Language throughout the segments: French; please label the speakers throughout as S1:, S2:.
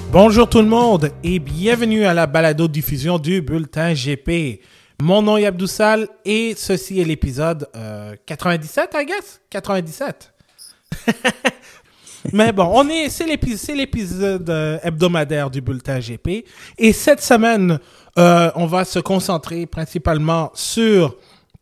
S1: Bonjour tout le monde et bienvenue à la balado-diffusion du Bulletin GP. Mon nom est Abdoussal et ceci est l'épisode 97, I guess? 97. Mais bon, c'est l'épisode hebdomadaire du Bulletin GP. Et cette semaine, on va se concentrer principalement sur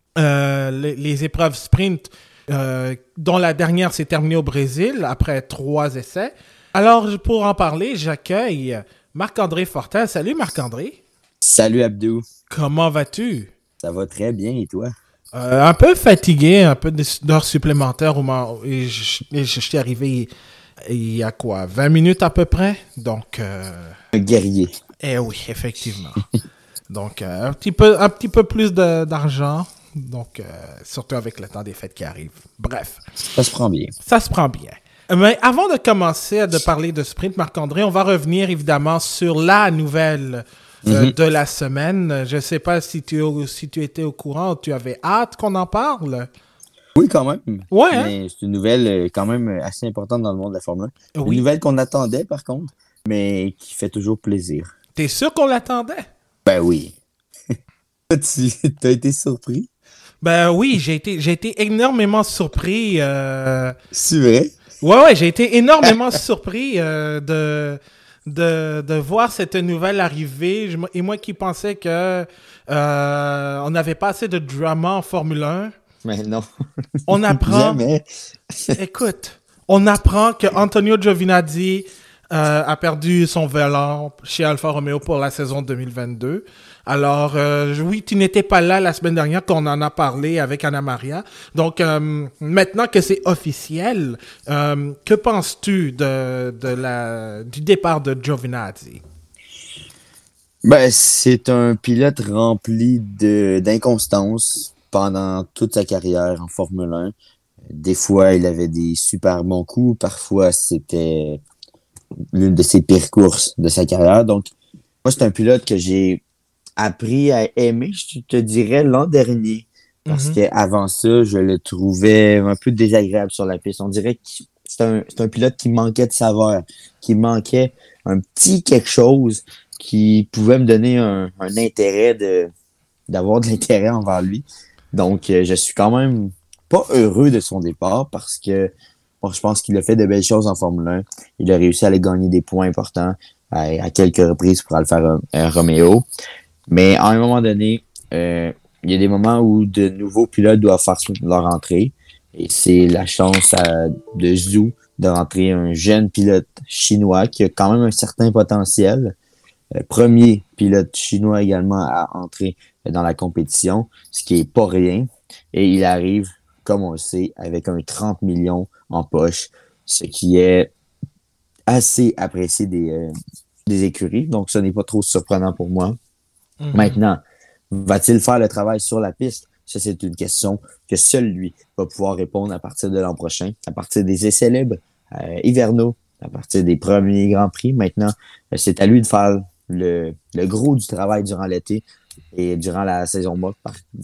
S1: les épreuves sprint, dont la dernière s'est terminée au Brésil après 3 essais. Alors, pour en parler, j'accueille Marc-André Fortin. Salut Marc-André.
S2: Salut Abdou.
S1: Comment vas-tu?
S2: Ça va très bien et toi?
S1: Un peu fatigué, un peu d'heures supplémentaires. Et je suis arrivé il y a quoi? 20 minutes à peu près? Donc...
S2: Un guerrier.
S1: Eh oui, effectivement. Donc, un petit peu plus d'argent. Donc, surtout avec le temps des fêtes qui arrivent. Bref.
S2: Ça se prend bien.
S1: Ça se prend bien. Mais avant de commencer à parler de sprint, Marc-André, on va revenir évidemment sur la nouvelle de la semaine. Je ne sais pas si tu étais au courant, tu avais hâte qu'on en parle.
S2: Oui, quand même.
S1: Ouais.
S2: Mais c'est une nouvelle quand même assez importante dans le monde de la Formule 1.
S1: Oui.
S2: Une nouvelle qu'on attendait par contre, mais qui fait toujours plaisir.
S1: T'es sûr qu'on l'attendait?
S2: Ben oui. Tu as été surpris?
S1: Ben oui, j'ai été énormément surpris.
S2: C'est vrai?
S1: Ouais, j'ai été énormément surpris de voir cette nouvelle arriver. Et moi qui pensais que on n'avait pas assez de drama en Formule 1.
S2: Mais non.
S1: On apprend...
S2: Jamais.
S1: Écoute, on apprend que Antonio Giovinazzi a perdu son volant chez Alfa Romeo pour la saison 2022. Alors, oui, tu n'étais pas là la semaine dernière quand on en a parlé avec Anna Maria. Donc, maintenant que c'est officiel, que penses-tu du départ de Giovinazzi?
S2: Ben, c'est un pilote rempli d'inconstance pendant toute sa carrière en Formule 1. Des fois, il avait des super bons coups. Parfois, c'était l'une de ses pires courses de sa carrière. Donc, moi, c'est un pilote que j'ai appris à aimer, je te dirais, l'an dernier. Parce qu'avant ça, je le trouvais un peu désagréable sur la piste. On dirait que c'est un pilote qui manquait de saveur, qui manquait un petit quelque chose qui pouvait me donner un intérêt d'avoir de l'intérêt envers lui. Donc, je suis quand même pas heureux de son départ parce que bon, je pense qu'il a fait de belles choses en Formule 1. Il a réussi à aller gagner des points importants à quelques reprises pour Alfa Romeo. Mais à un moment donné, il y a des moments où de nouveaux pilotes doivent faire leur entrée. Et c'est la chance de Zhou de rentrer un jeune pilote chinois qui a quand même un certain potentiel. Premier pilote chinois également à entrer dans la compétition, ce qui est pas rien. Et il arrive, comme on le sait, avec un 30 millions en poche, ce qui est assez apprécié des écuries. Donc, ce n'est pas trop surprenant pour moi. Maintenant, va-t-il faire le travail sur la piste? Ça, c'est une question que seul lui va pouvoir répondre à partir de l'an prochain, à partir des essais libres hivernaux, à partir des premiers Grands Prix. Maintenant, c'est à lui de faire le gros du travail durant l'été et durant la saison morte,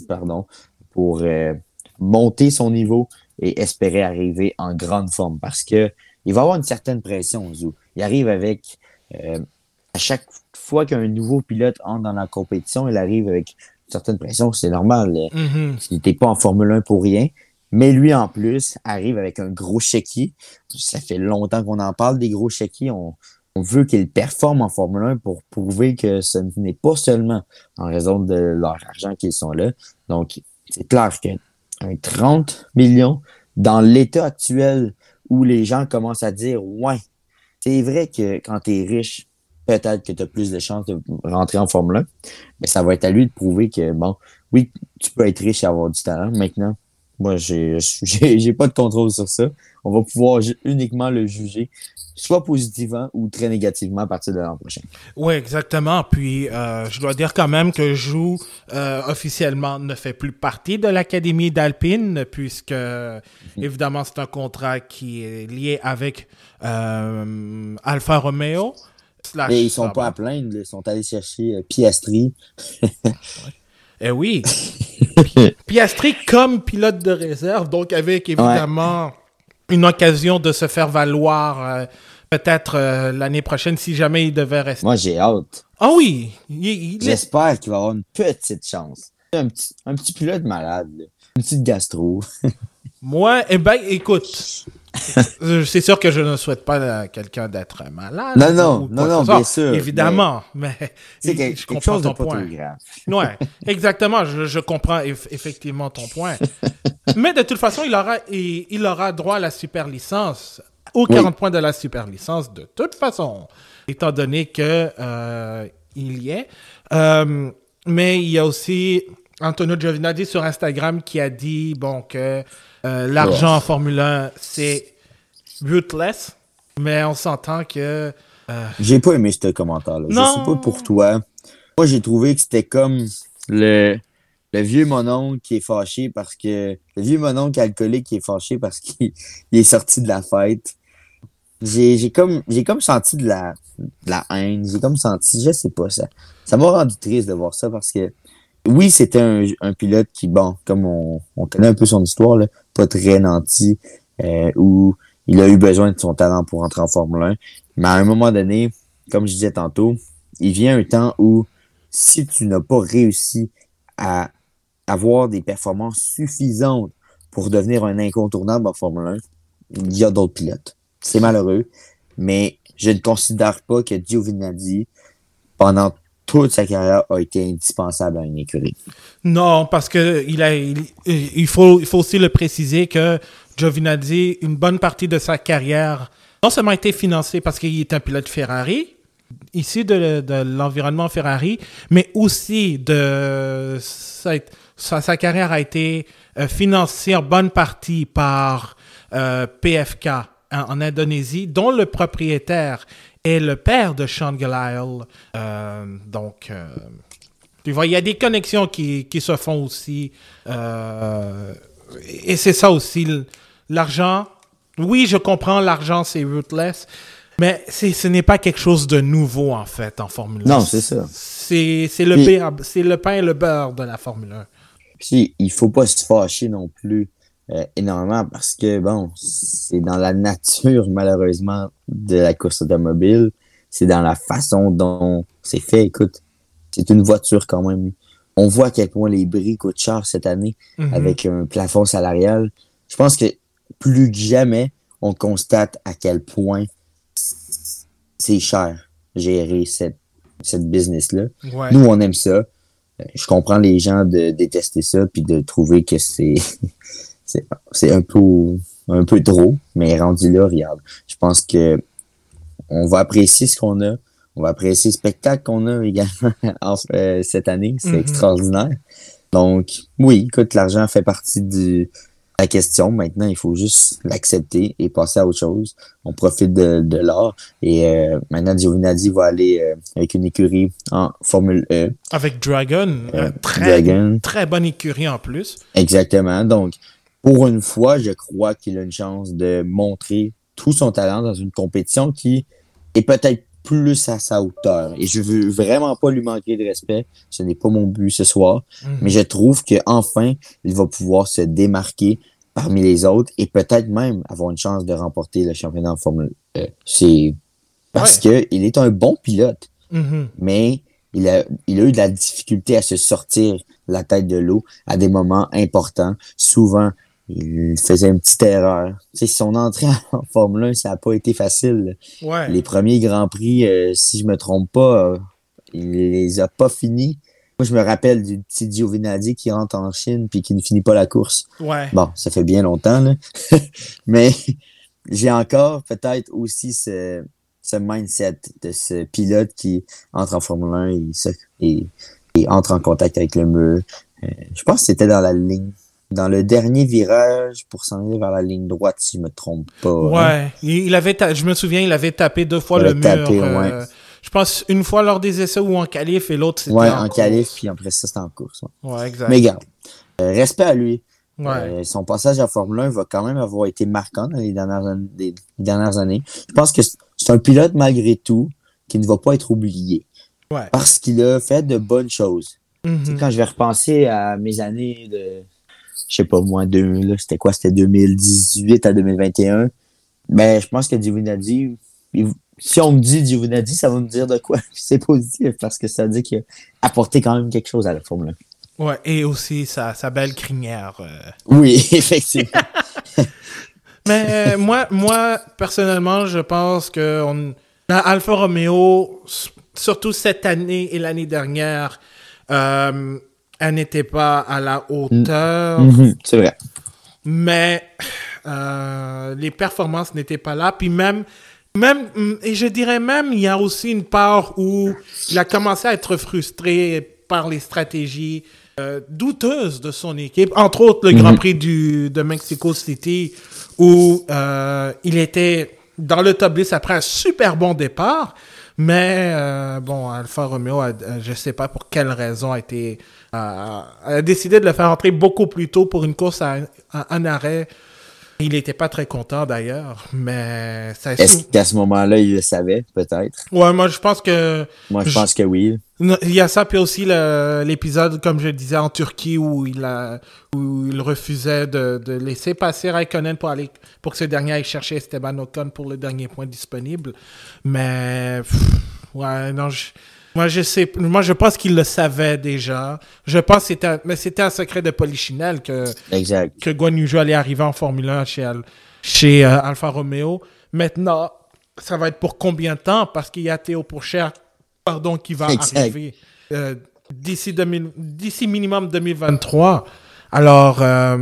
S2: pour monter son niveau et espérer arriver en grande forme. Parce que il va avoir une certaine pression, Zhou. Il arrive avec... à chaque fois qu'un nouveau pilote entre dans la compétition, il arrive avec une certaine pression, c'est normal. Il n'était pas en Formule 1 pour rien. Mais lui, en plus, arrive avec un gros chéquier. Ça fait longtemps qu'on en parle des gros chéquiers. On veut qu'ils performent en Formule 1 pour prouver que ce n'est pas seulement en raison de leur argent qu'ils sont là. Donc, c'est clair qu'un 30 millions dans l'état actuel où les gens commencent à dire « Ouais, c'est vrai que quand tu es riche, peut-être que tu as plus de chances de rentrer en Formule 1. » Mais ça va être à lui de prouver que, bon, oui, tu peux être riche et avoir du talent. Maintenant, moi, j'ai pas de contrôle sur ça. On va pouvoir uniquement le juger, soit positivement ou très négativement à partir de l'an prochain.
S1: Oui, exactement. Puis, je dois dire quand même que Zhou, officiellement, ne fait plus partie de l'Académie d'Alpine, puisque, évidemment, c'est un contrat qui est lié avec Alfa Romeo.
S2: Et ils sont pas à plaindre, ils sont allés chercher Piastri.
S1: Eh oui. Piastri comme pilote de réserve, donc avec évidemment une occasion de se faire valoir peut-être l'année prochaine si jamais il devait rester.
S2: Moi, j'ai hâte.
S1: Ah oui!
S2: J'espère qu'il va avoir une petite chance. Un petit pilote malade, là. Une petite gastro.
S1: Moi, eh ben, écoute, c'est sûr que je ne souhaite pas à quelqu'un d'être malade.
S2: Non, bien sûr.
S1: Évidemment, mais
S2: c'est
S1: je
S2: quelque
S1: comprends
S2: chose de
S1: ton
S2: pas
S1: point.
S2: trop grave.
S1: Ouais, exactement, je comprends effectivement ton point. Mais de toute façon, il aura droit à la super licence, aux 40 points de la super licence, de toute façon, étant donné que il y est. Mais il y a aussi Antonio Giovinazzi sur Instagram qui a dit que l'argent en Formule 1, c'est ruthless, mais on s'entend que...
S2: J'ai pas aimé ce commentaire-là.
S1: Non.
S2: Je sais pas pour toi. Moi, j'ai trouvé que c'était comme le vieux mononcle qui est fâché parce que... Le vieux mononcle alcoolique qui est fâché parce qu'il est sorti de la fête. J'ai comme senti de la haine. J'ai comme senti... Je sais pas, ça m'a rendu triste de voir ça parce que oui, c'était un pilote qui, comme on connaît un peu son histoire, là, pas très nanti, où il a eu besoin de son talent pour entrer en Formule 1. Mais à un moment donné, comme je disais tantôt, il vient un temps où si tu n'as pas réussi à avoir des performances suffisantes pour devenir un incontournable en Formule 1, il y a d'autres pilotes. C'est malheureux, mais je ne considère pas que Giovinazzi, pendant toute sa carrière, a été indispensable à une écurie.
S1: Non, parce que il faut aussi le préciser que Giovinazzi, une bonne partie de sa carrière, non seulement a été financée parce qu'il est un pilote Ferrari, issu de l'environnement Ferrari, mais aussi sa carrière a été financée en bonne partie par PFK en Indonésie, dont le propriétaire est le père de Sean Gelael. Tu vois, il y a des connexions qui se font aussi. Et c'est ça aussi. L'argent, oui, je comprends, l'argent, c'est ruthless, mais ce n'est pas quelque chose de nouveau, en fait, en Formule 1.
S2: Non, c'est ça.
S1: C'est le pain et le beurre de la Formule 1.
S2: Puis, il faut pas se fâcher non plus énormément parce que, c'est dans la nature, malheureusement, de la course automobile. C'est dans la façon dont c'est fait. Écoute, c'est une voiture quand même. On voit à quel point les bris coûtent cher cette année avec un plafond salarial. Je pense que plus que jamais, on constate à quel point c'est cher gérer cette business-là.
S1: Ouais.
S2: Nous, on aime ça. Je comprends les gens de détester ça puis de trouver que c'est un peu trop, mais rendu là, regarde. Je pense que on va apprécier ce qu'on a. On va apprécier le spectacle qu'on a également cette année. C'est extraordinaire. Donc, oui, écoute, l'argent fait partie de la question. Maintenant, il faut juste l'accepter et passer à autre chose. On profite de l'art. Et maintenant, Giovinazzi va aller avec une écurie en Formule E.
S1: Avec Dragon. Très bonne écurie en plus.
S2: Exactement. Donc, pour une fois, je crois qu'il a une chance de montrer tout son talent dans une compétition qui est peut-être plus à sa hauteur. Et je veux vraiment pas lui manquer de respect. Ce n'est pas mon but ce soir. Mais je trouve qu'enfin, il va pouvoir se démarquer parmi les autres et peut-être même avoir une chance de remporter le championnat en Formule E. C'est parce que il est un bon pilote. Mais il a eu de la difficulté à se sortir la tête de l'eau à des moments importants. Souvent, il faisait une petite erreur. Tu sais, son entrée en Formule 1, ça n'a pas été facile.
S1: Ouais.
S2: Les premiers Grands Prix, si je me trompe pas, il les a pas finis. Moi, je me rappelle du petit Giovinazzi qui rentre en Chine puis qui ne finit pas la course.
S1: Ouais.
S2: Bon, ça fait bien longtemps, là. Mais j'ai encore peut-être aussi ce mindset de ce pilote qui entre en Formule 1 et entre en contact avec le mur. Je pense que c'était dans le dernier virage pour s'en aller vers la ligne droite, si je me trompe pas.
S1: Ouais, hein? Je me souviens, il avait tapé 2 fois le mur. Je pense une fois lors des essais ou en qualif et l'autre c'était
S2: en qualif, puis après ça c'était en course.
S1: Ouais, exact.
S2: Mais regarde, respect à lui.
S1: Ouais.
S2: Son passage en Formule 1 va quand même avoir été marquant dans les dernières années. Je pense que c'est un pilote malgré tout qui ne va pas être oublié.
S1: Ouais.
S2: Parce qu'il a fait de bonnes choses. Quand je vais repenser à mes années de... Je sais pas moi, c'était quoi? C'était 2018 à 2021. Ben, je pense que Giovinazzi, si on me dit Giovinazzi, ça va me dire de quoi c'est positif, parce que ça veut dire qu'il a apporté quand même quelque chose à la Formule
S1: 1. Ouais, et aussi sa belle crinière.
S2: Oui, effectivement.
S1: Mais moi, personnellement, je pense que Alfa Romeo, surtout cette année et l'année dernière, elle n'était pas à la hauteur.
S2: C'est vrai.
S1: Mais les performances n'étaient pas là. Puis même, et je dirais même, il y a aussi une part où il a commencé à être frustré par les stratégies douteuses de son équipe. Entre autres, le Grand Prix de Mexico City, où il était dans le top 10 après un super bon départ. Mais Alfa Romeo, je ne sais pas pour quelle raison, a décidé de le faire entrer beaucoup plus tôt pour une course à un arrêt. Il n'était pas très content d'ailleurs, mais
S2: est-ce qu'à ce moment-là, il le savait, peut-être?
S1: Ouais, moi je pense que
S2: oui.
S1: Il y a ça, puis aussi l'épisode, comme je le disais, en Turquie, où il refusait de laisser passer Raikkonen pour que ce dernier aille chercher Esteban Ocon pour le dernier point disponible. Mais moi je pense qu'il le savait déjà. Je pense que c'était un secret de Polichinelle que Guan Yu Zhou allait arriver en Formule 1 chez Alfa Romeo. Maintenant, ça va être pour combien de temps? Parce qu'il y a Théo Pourchaire qui va arriver d'ici minimum 2023. Alors,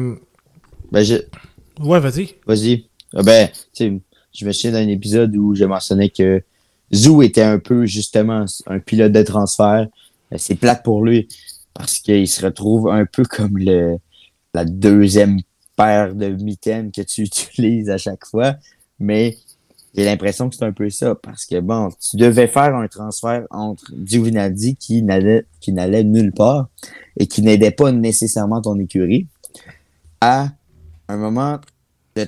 S1: ouais, vas-y.
S2: Vas-y. Je me souviens d'un épisode où je mentionnais que Zhou était un peu, justement, un pilote de transfert. C'est plate pour lui, parce qu'il se retrouve un peu comme la deuxième paire de mitaines que tu utilises à chaque fois. Mais j'ai l'impression que c'est un peu ça, parce que tu devais faire un transfert entre Giovinazzi qui n'allait nulle part et qui n'aidait pas nécessairement ton écurie à un moment de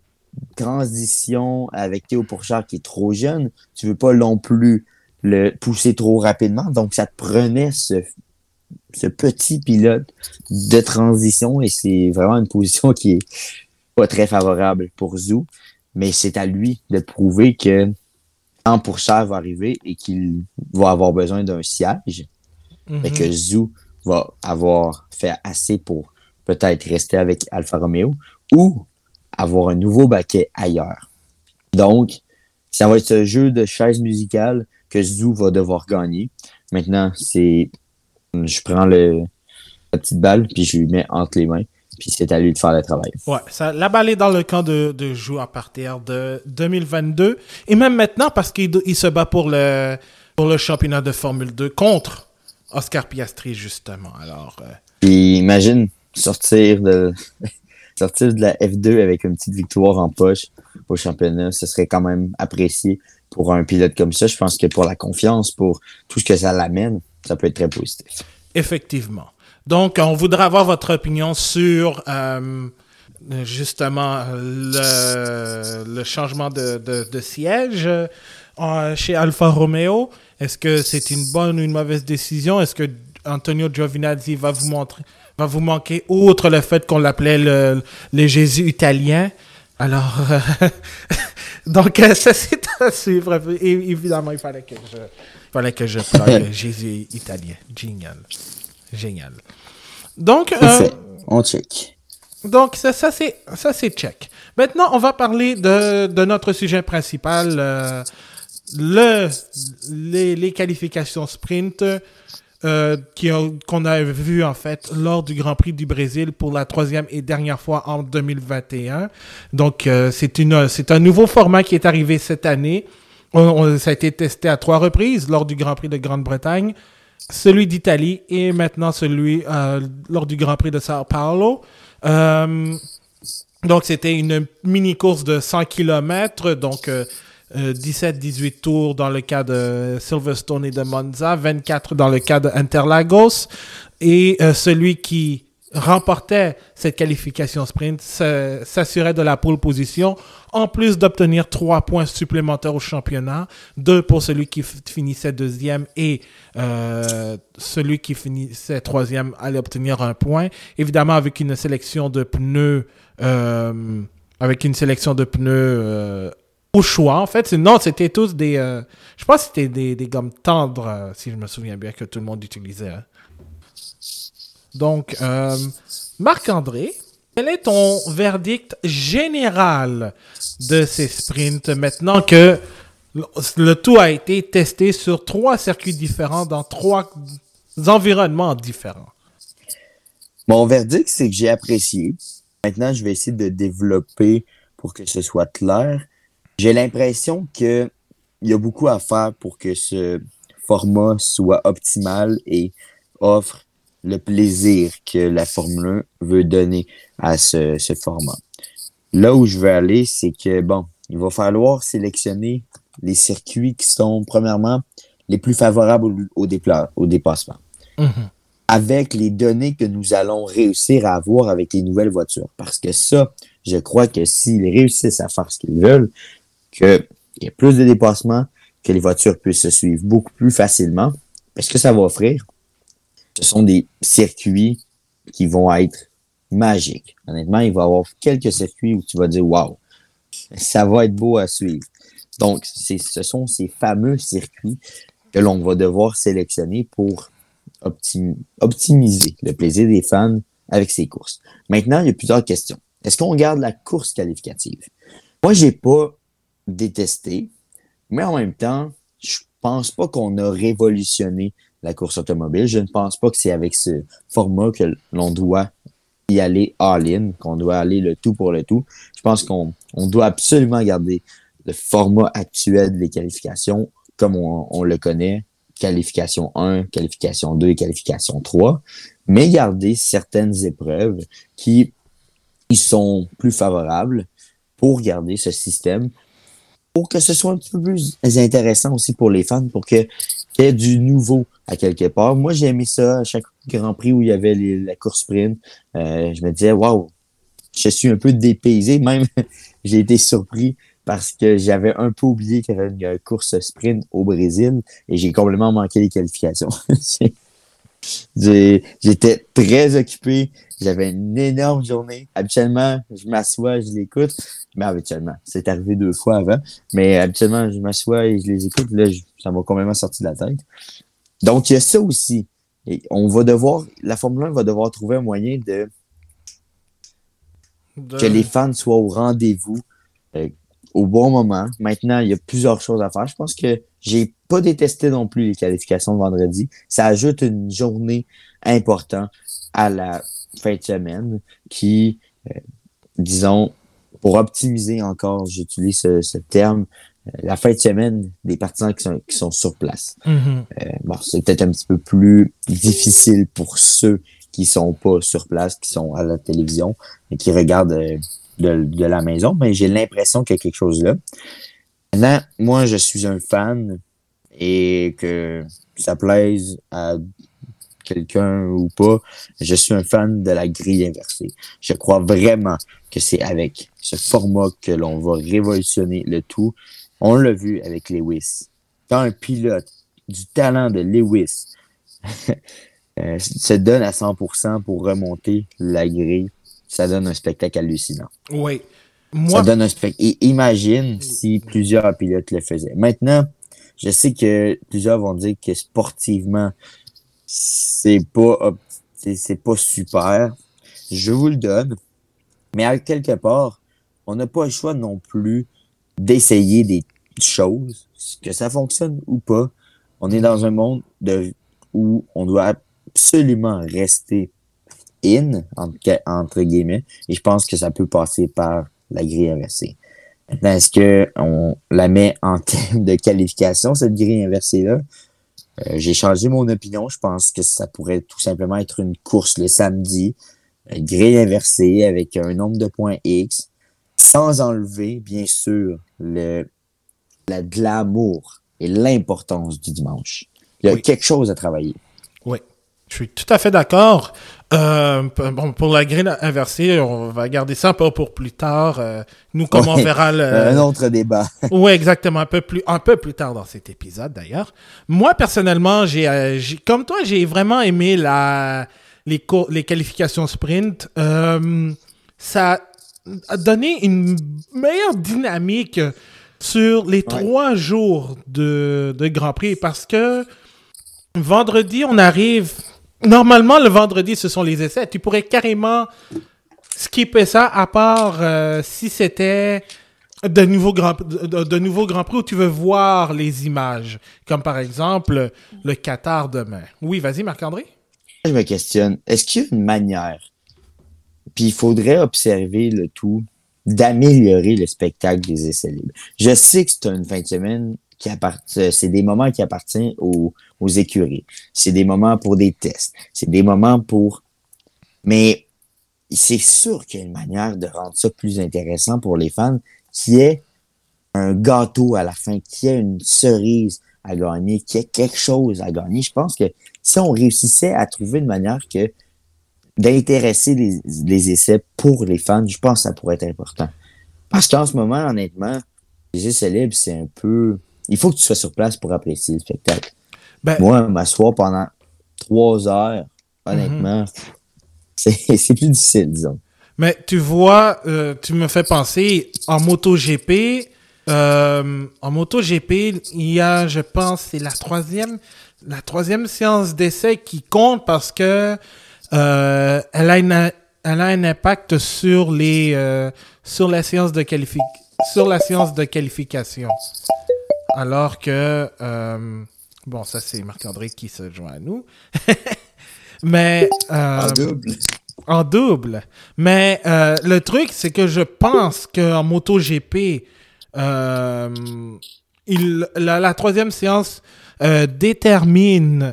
S2: transition avec Théo Pourchaire qui est trop jeune. Tu veux pas non plus le pousser trop rapidement, donc ça te prenait ce petit pilote de transition, et c'est vraiment une position qui est pas très favorable pour Zhou. Mais c'est à lui de prouver que quand Pourchaire va arriver et qu'il va avoir besoin d'un siège, et que Zhou va avoir fait assez pour peut-être rester avec Alfa Romeo ou avoir un nouveau baquet ailleurs. Donc, ça va être ce jeu de chaise musicale que Zhou va devoir gagner. Maintenant, je prends la petite balle puis je lui mets entre les mains. Puis c'est à lui de faire le travail.
S1: Ouais, la balle est dans le camp de Zhou à partir de 2022. Et même maintenant, parce qu'il se bat pour le championnat de Formule 2 contre Oscar Piastri, justement. Alors,
S2: Puis imagine sortir de la F2 avec une petite victoire en poche au championnat. Ce serait quand même apprécié pour un pilote comme ça. Je pense que pour la confiance, pour tout ce que ça l'amène, ça peut être très positif.
S1: Effectivement. Donc, on voudrait avoir votre opinion sur justement le changement de siège chez Alfa Romeo. Est-ce que c'est une bonne ou une mauvaise décision? Est-ce que Antonio Giovinazzi va vous manquer, outre le fait qu'on l'appelait le Jésus italien? Alors, donc, ça c'est à suivre. Évidemment, il fallait que je plug Jésus italien. Génial. Donc,
S2: on check.
S1: Donc, ça c'est check. Maintenant, on va parler de notre sujet principal, les qualifications sprint qu'on a vu en fait lors du Grand Prix du Brésil pour la 3e et dernière fois en 2021. Donc, c'est un nouveau format qui est arrivé cette année. Ça a été testé à 3 reprises lors du Grand Prix de Grande-Bretagne, celui d'Italie et maintenant celui lors du Grand Prix de Sao Paulo. Donc, c'était une mini-course de 100 km, donc 17-18 tours dans le cas de Silverstone et de Monza, 24 dans le cas d'Interlagos. Et celui qui remportait cette qualification sprint s'assurait de la pole position, en plus d'obtenir 3 points supplémentaires au championnat, 2 pour celui qui finissait 2e et celui qui finissait 3e allait obtenir 1 point. Évidemment, avec une sélection de pneus au choix, en fait. Non, c'était tous des... je pense que c'était des gommes tendres, si je me souviens bien, que tout le monde utilisait. Hein. Donc, Marc-André, quel est ton verdict général de ces sprints maintenant que le tout a été testé sur 3 circuits différents dans 3 environnements différents?
S2: Mon verdict, c'est que j'ai apprécié. Maintenant, je vais essayer de développer pour que ce soit clair. J'ai l'impression qu'il y a beaucoup à faire pour que ce format soit optimal et offre le plaisir que la Formule 1 veut donner à ce format. Là où je veux aller, c'est que, bon, il va falloir sélectionner les circuits qui sont, premièrement, les plus favorables au dépassement.
S1: Mm-hmm.
S2: Avec les données que nous allons réussir à avoir avec les nouvelles voitures. Parce que ça, je crois que s'ils réussissent à faire ce qu'ils veulent, qu'il y ait plus de dépassements, que les voitures puissent se suivre beaucoup plus facilement, ce que ça va offrir, ce sont des circuits qui vont être magiques. Honnêtement, il va y avoir quelques circuits où tu vas dire « Wow, ça va être beau à suivre ». Donc, ce sont ces fameux circuits que l'on va devoir sélectionner pour optimiser le plaisir des fans avec ces courses. Maintenant, il y a plusieurs questions. Est-ce qu'on garde la course qualificative? Moi, j'ai pas détesté, mais en même temps, je pense pas qu'on a révolutionné la course automobile. Je ne pense pas que c'est avec ce format que l'on doit y aller all-in, qu'on doit aller le tout pour le tout. Je pense qu'on doit absolument garder le format actuel des qualifications comme on le connaît, qualification 1, qualification 2 et qualification 3, mais garder certaines épreuves qui y sont plus favorables pour garder ce système, pour que ce soit un petit peu plus intéressant aussi pour les fans, pour qu'il y ait du nouveau à quelque part. Moi, j'ai aimé ça à chaque Grand Prix où il y avait la course sprint. Je me disais, waouh, je suis un peu dépaysé. Même, j'ai été surpris parce que j'avais un peu oublié qu'il y avait une course sprint au Brésil et j'ai complètement manqué les qualifications. J'étais très occupé. J'avais une énorme journée. Habituellement, je m'assois, je l'écoute. Mais habituellement, c'est arrivé 2 fois avant. Mais habituellement, je m'assois et je les écoute. Là, ça m'a complètement sorti de la tête. Donc, il y a ça aussi. Et la Formule 1 va devoir trouver un moyen que les fans soient au rendez-vous au bon moment. Maintenant, il y a plusieurs choses à faire. Je pense que j'ai pas détesté non plus les qualifications de vendredi. Ça ajoute une journée importante à la fin de semaine qui, disons, pour optimiser encore, j'utilise ce terme, la fin de semaine des partisans qui sont sur place.
S1: Mm-hmm.
S2: Bon, c'est peut-être un petit peu plus difficile pour ceux qui sont pas sur place, qui sont à la télévision et qui regardent de la maison, mais j'ai l'impression qu'il y a quelque chose là. Maintenant, moi, je suis un fan et que ça plaise à quelqu'un ou pas, je suis un fan de la grille inversée. Je crois vraiment que c'est avec ce format que l'on va révolutionner le tout. On l'a vu avec Lewis. Quand un pilote du talent de Lewis se donne à 100% pour remonter la grille, ça donne un spectacle hallucinant.
S1: Oui.
S2: Ça donne un spectacle. Et imagine si plusieurs pilotes le faisaient. Maintenant, je sais que plusieurs vont dire que sportivement, c'est pas super. Je vous le donne. Mais à quelque part, on n'a pas le choix non plus d'essayer des choses, que ça fonctionne ou pas. On est dans un monde où on doit absolument rester entre guillemets, et je pense que ça peut passer par la grille inversée. Maintenant, est-ce qu'on la met en termes de qualification, cette grille inversée-là? J'ai changé mon opinion. Je pense que ça pourrait tout simplement être une course le samedi, grille inversée avec un nombre de points X, sans enlever, bien sûr, la glamour et l'importance du dimanche. Il y a quelque chose à travailler.
S1: Oui, je suis tout à fait d'accord. Bon, pour la grille inversée, on va garder ça un peu pour plus tard. Nous, comme on verra
S2: un autre débat.
S1: Oui, exactement. Un peu plus tard dans cet épisode, d'ailleurs. Moi, personnellement, comme toi, j'ai vraiment aimé les qualifications sprint. Ça a donné une meilleure dynamique sur les 3 jours de Grand Prix parce que vendredi, on arrive... Normalement, le vendredi, ce sont les essais. Tu pourrais carrément skipper ça à part si c'était de nouveaux Grands Prix où tu veux voir les images. Comme par exemple le Qatar demain. Oui, vas-y Marc-André.
S2: Je me questionne, est-ce qu'il y a une manière, puis il faudrait observer le tout, d'améliorer le spectacle des essais libres? Je sais que c'est une fin de semaine c'est des moments qui appartiennent aux écuries. C'est des moments pour des tests. C'est des moments pour... Mais c'est sûr qu'il y a une manière de rendre ça plus intéressant pour les fans, qui est un gâteau à la fin, qui est une cerise à gagner, qui est quelque chose à gagner. Je pense que si on réussissait à trouver une manière d'intéresser les essais pour les fans, je pense que ça pourrait être important. Parce qu'en ce moment, honnêtement, les essais libres, c'est un peu... Il faut que tu sois sur place pour apprécier le spectacle. Moi, m'asseoir pendant 3 heures, honnêtement, c'est plus difficile, disons.
S1: Mais tu vois, tu me fais penser, en MotoGP, il y a, je pense, c'est la troisième séance d'essai qui compte parce que elle a un impact sur la séance de qualification. Alors que, bon, ça c'est Marc-André qui se joint à nous. Mais en double. Mais le truc, c'est que je pense qu'en MotoGP, la troisième séance détermine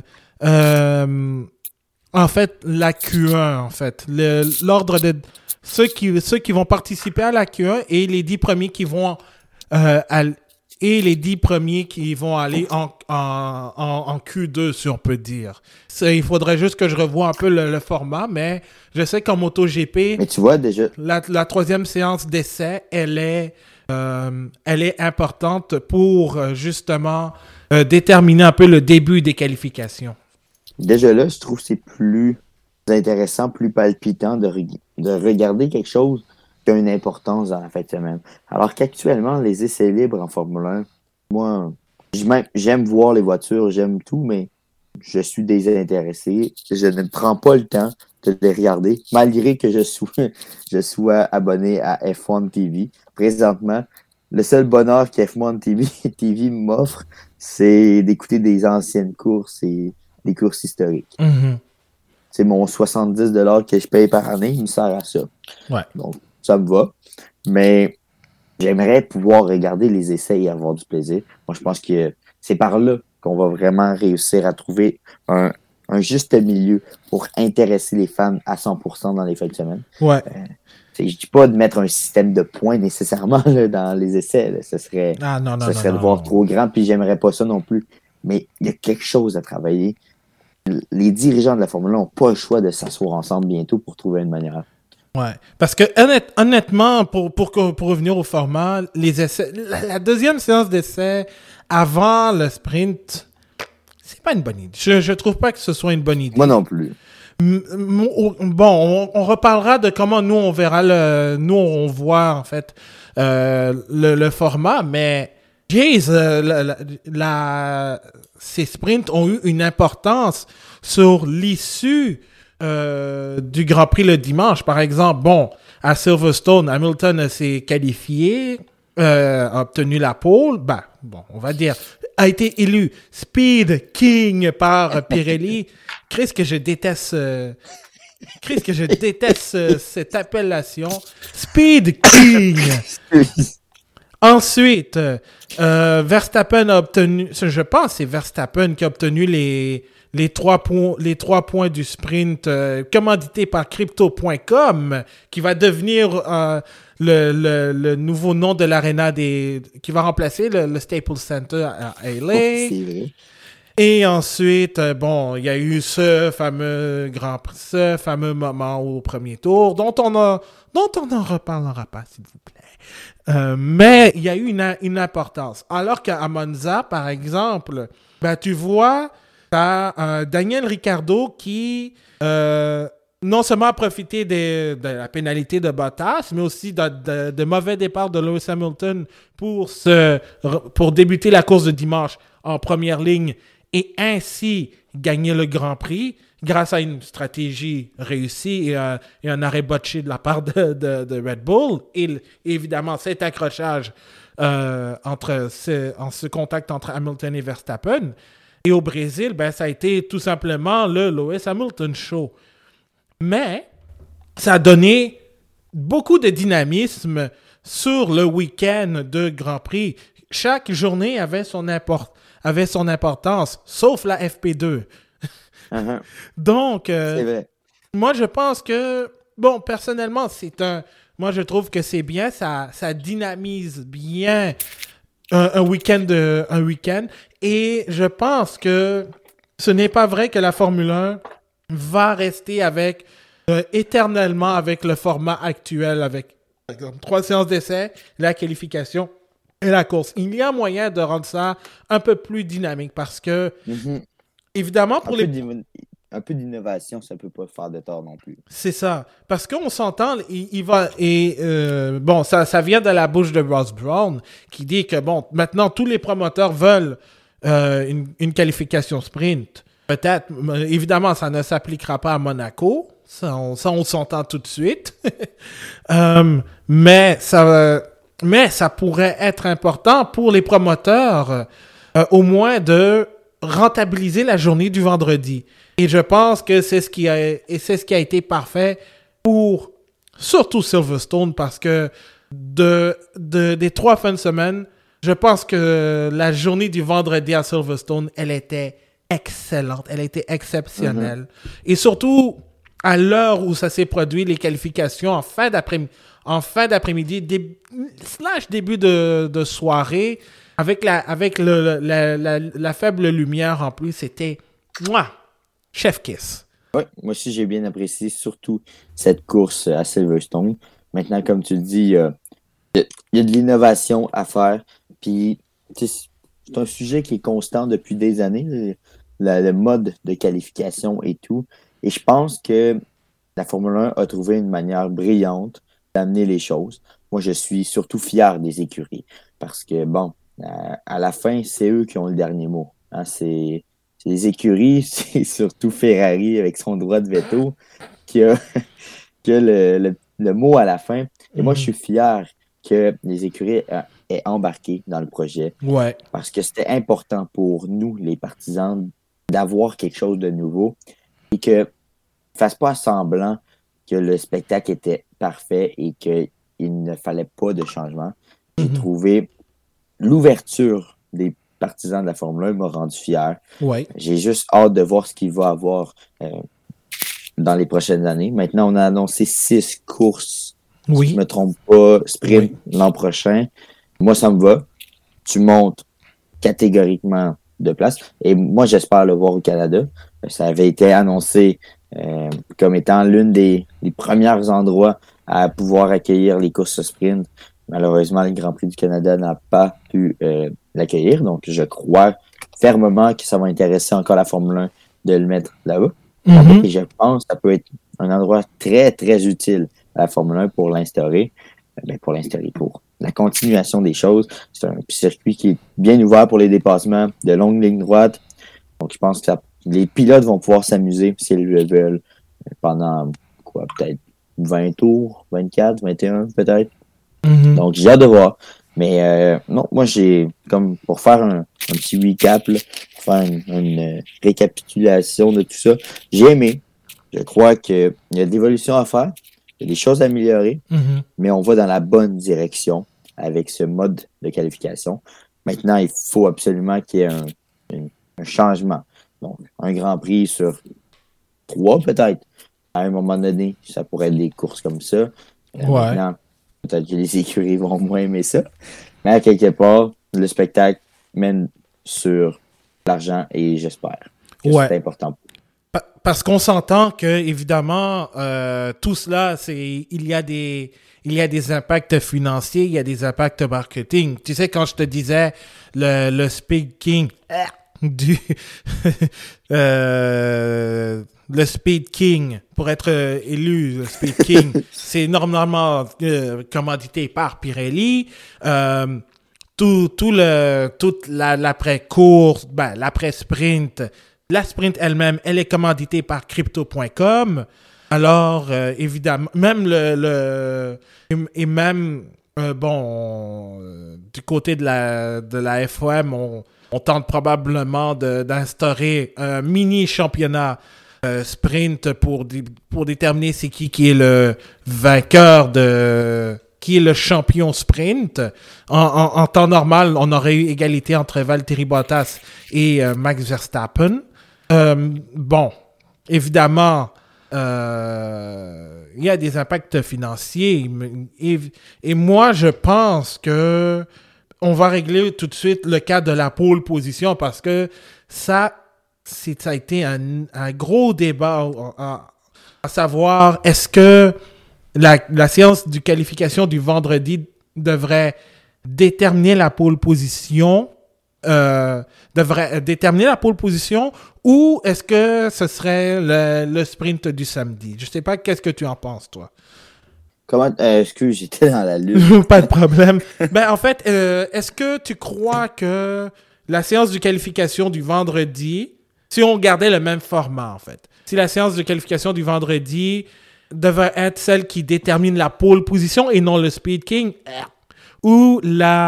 S1: en fait la Q1, en fait. L'ordre de ceux qui vont participer à la Q1 et les 10 premiers qui vont aller en Q2, si on peut dire. Il faudrait juste que je revoie un peu le format, mais je sais qu'en MotoGP,
S2: mais tu vois déjà,
S1: la troisième séance d'essai, elle est importante pour justement déterminer un peu le début des qualifications.
S2: Déjà là, je trouve que c'est plus intéressant, plus palpitant de regarder quelque chose qui a une importance dans la fin de semaine. Alors qu'actuellement, les essais libres en Formule 1, moi, j'aime voir les voitures, j'aime tout, mais je suis désintéressé. Je ne prends pas le temps de les regarder, malgré que je sois abonné à F1 TV. Présentement, le seul bonheur que F1 TV m'offre, c'est d'écouter des anciennes courses et des courses historiques.
S1: Mm-hmm.
S2: C'est mon 70$ que je paye par année, il me sert à ça.
S1: Ouais.
S2: Donc, ça me va. Mais j'aimerais pouvoir regarder les essais et avoir du plaisir. Moi, je pense que c'est par là qu'on va vraiment réussir à trouver un juste milieu pour intéresser les fans à 100% dans les fins de semaine.
S1: Ouais.
S2: Je ne dis pas de mettre un système de points nécessairement là, dans les essais. Là. Ce serait de voir trop grand, puis j'aimerais pas ça non plus. Mais il y a quelque chose à travailler. Les dirigeants de la Formule 1 n'ont pas le choix de s'asseoir ensemble bientôt pour trouver une manière.
S1: Ouais. Parce que honnêtement, pour revenir au format, les essais, la deuxième séance d'essai avant le sprint, c'est pas une bonne idée. Je trouve pas que ce soit une bonne idée.
S2: Moi non plus.
S1: Bon, on reparlera de comment nous on verra on voit en fait le format, mais ces sprints ont eu une importance sur l'issue du Grand Prix le dimanche. Par exemple, bon, à Silverstone, Hamilton s'est qualifié, a obtenu la pole, on va dire, a été élu Speed King par Pirelli. Qu'est-ce que je déteste cette appellation. Speed King. Ensuite, Verstappen a obtenu, je pense que c'est Verstappen qui a obtenu les 3 points du sprint commandité par Crypto.com, qui va devenir le nouveau nom de l'aréna qui va remplacer le Staples Center à LA.
S2: C'est vrai.
S1: Et ensuite, il y a eu ce fameux moment au premier tour, dont on n'en reparlera pas, s'il vous plaît. Mais il y a eu une importance. Alors qu'à Monza, par exemple, tu vois, t'as Daniel Ricciardo qui non seulement profiter de la pénalité de Bottas, mais aussi de mauvais départ de Lewis Hamilton pour débuter la course de dimanche en première ligne et ainsi gagner le Grand Prix grâce à une stratégie réussie et un arrêt botché de la part de Red Bull et évidemment cet accrochage en ce contact entre Hamilton et Verstappen. Et au Brésil, ça a été tout simplement le Lewis Hamilton Show. Mais ça a donné beaucoup de dynamisme sur le week-end de Grand Prix. Chaque journée avait son importance, sauf la FP2.
S2: Uh-huh.
S1: Donc,
S2: C'est vrai.
S1: moi, je pense que, personnellement, moi, je trouve que c'est bien, ça dynamise bien un week-end. Et je pense que ce n'est pas vrai que la Formule 1 va rester éternellement avec le format actuel, avec 3 séances d'essai, la qualification et la course. Il y a moyen de rendre ça un peu plus dynamique parce que, évidemment, pour
S2: Un peu d'innovation, ça peut pas faire de tort non plus.
S1: C'est ça. Parce qu'on s'entend, il va... Et ça vient de la bouche de Ross Brown qui dit que, maintenant, tous les promoteurs veulent une qualification sprint. Peut-être, évidemment, ça ne s'appliquera pas à Monaco. Ça, on s'entend tout de suite. Mais ça pourrait être important pour les promoteurs, au moins de rentabiliser la journée du vendredi. Et je pense que c'est ce qui a été parfait pour surtout Silverstone parce que des 3 fins de semaine, je pense que la journée du vendredi à Silverstone, elle était excellente, elle était exceptionnelle. Et surtout, à l'heure où ça s'est produit, les qualifications en fin d'après-midi, début de soirée, avec la faible lumière en plus, c'était chef kiss.
S2: Oui, moi aussi j'ai bien apprécié surtout cette course à Silverstone. Maintenant, comme tu le dis, il y a de l'innovation à faire. Puis c'est un sujet qui est constant depuis des années, le mode de qualification et tout. Et je pense que la Formule 1 a trouvé une manière brillante d'amener les choses. Moi, je suis surtout fier des écuries parce que, à la fin, c'est eux qui ont le dernier mot. Hein, c'est les écuries, c'est surtout Ferrari avec son droit de veto qui a le mot à la fin. Et moi, je suis fier que les écuries aient embarqué dans le projet.
S1: Ouais.
S2: Parce que c'était important pour nous, les partisans, d'avoir quelque chose de nouveau et que ne fasse pas semblant que le spectacle était parfait et qu'il ne fallait pas de changement. J'ai trouvé l'ouverture des partisans de la Formule 1 m'a rendu fier.
S1: Ouais.
S2: J'ai juste hâte de voir ce qu'il va avoir dans les prochaines années. Maintenant, on a annoncé 6 courses, si je ne me trompe pas, sprint l'an prochain. Moi, ça me va. Tu montes catégoriquement de place. Et moi, j'espère le voir au Canada. Ça avait été annoncé comme étant l'une des premiers endroits à pouvoir accueillir les courses sprint. Malheureusement, le Grand Prix du Canada n'a pas pu l'accueillir. Donc, je crois fermement que ça va intéresser encore la Formule 1 de le mettre là-bas. Et je pense que ça peut être un endroit très, très utile à la Formule 1 pour l'instaurer. Pour la continuation des choses. C'est un circuit qui est bien ouvert pour les dépassements de longues lignes droites. Donc, je pense que les pilotes vont pouvoir s'amuser s'ils le veulent pendant, peut-être 20 tours, 24, 21 peut-être. Donc, j'ai hâte de voir. Mais non, moi, comme pour faire un petit recap, là, pour faire une récapitulation de tout ça, j'ai aimé. Je crois qu'il y a de l'évolution à faire. Il y a des choses à améliorer, mais on va dans la bonne direction avec ce mode de qualification. Maintenant, il faut absolument qu'il y ait un changement. Donc, un Grand Prix sur 3 peut-être. À un moment donné, ça pourrait être des courses comme ça. Maintenant, peut-être que les écuries vont moins aimer ça. Mais à quelque part, le spectacle mène sur l'argent et j'espère que c'est important.
S1: Parce qu'on s'entend que, évidemment, tout cela, il y a des impacts financiers, il y a des impacts marketing. Tu sais, quand je te disais le speaking du le Speed King, pour être élu, le Speed King, c'est normalement commandité par Pirelli. Toute l'après-course, l'après-sprint, la sprint elle-même, elle est commanditée par Crypto.com. Alors, évidemment, même du côté de la FOM, on tente probablement d'instaurer un mini championnat sprint pour déterminer c'est qui est le vainqueur qui est le champion sprint. En temps normal, on aurait eu égalité entre Valtteri Bottas et Max Verstappen. Évidemment, il y a des impacts financiers et moi, je pense que on va régler tout de suite le cas de la pole position parce que ça a été un gros débat à savoir est-ce que la séance de qualification du vendredi devrait déterminer la pole position ou est-ce que ce serait le sprint du samedi? Je sais pas, qu'est-ce que tu en penses, toi?
S2: Comment? Excuse, j'étais dans la lune.
S1: Pas de problème. En fait, est-ce que tu crois que la séance de qualification du vendredi, si on gardait le même format, en fait, si la séance de qualification du vendredi devrait être celle qui détermine la pole position et non le Speed King, ou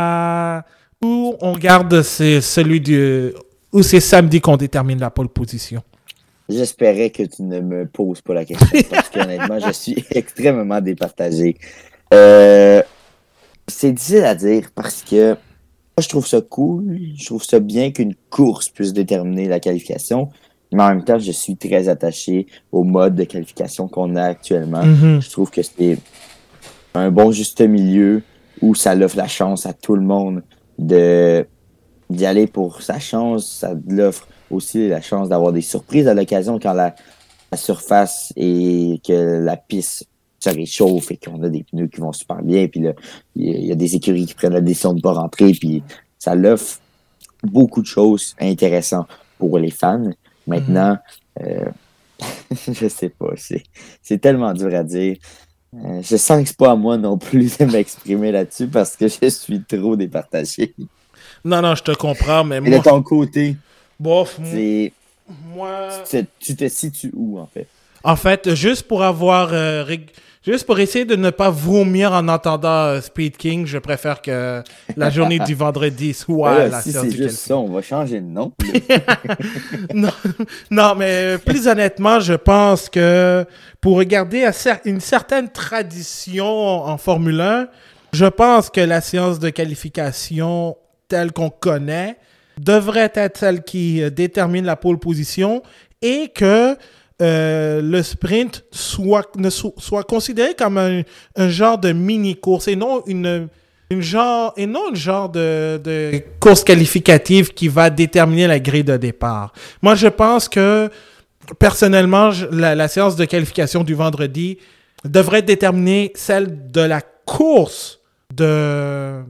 S1: on garde c'est samedi qu'on détermine la pole position?
S2: J'espérais que tu ne me poses pas la question parce qu'honnêtement, je suis extrêmement départagé. C'est difficile à dire parce que moi, je trouve ça cool. Je trouve ça bien qu'une course puisse déterminer la qualification. Mais en même temps, je suis très attaché au mode de qualification qu'on a actuellement.
S1: Mm-hmm.
S2: Je trouve que c'est un bon juste milieu où ça offre la chance à tout le monde d'y aller pour sa chance. Ça l'offre aussi la chance d'avoir des surprises à l'occasion quand la surface et que la piste se réchauffe et qu'on a des pneus qui vont super bien. Puis là, il y a des écuries qui prennent la décision de ne pas rentrer. Puis ça l'offre beaucoup de choses intéressantes pour les fans. Maintenant, je sais pas. C'est tellement dur à dire. Je sens que c'est pas à moi non plus de m'exprimer là-dessus parce que je suis trop départagé.
S1: Non, je te comprends, mais
S2: moi... Et de ton côté,
S1: bof,
S2: moi... Tu te situes où, en fait?
S1: En fait, juste pour essayer de ne pas vomir en entendant Speed King, je préfère que la journée du vendredi soit la séance du
S2: c'est juste ça, on va changer de nom.
S1: non, mais plus honnêtement, je pense que pour regarder une certaine tradition en Formule 1, je pense que la séance de qualification telle qu'on connaît devrait être celle qui détermine la pole position et que le sprint soit considéré comme un genre de mini-course et non une genre de course qualificative qui va déterminer la grille de départ. Moi, je pense que, personnellement, la séance de qualification du vendredi devrait déterminer celle de la course de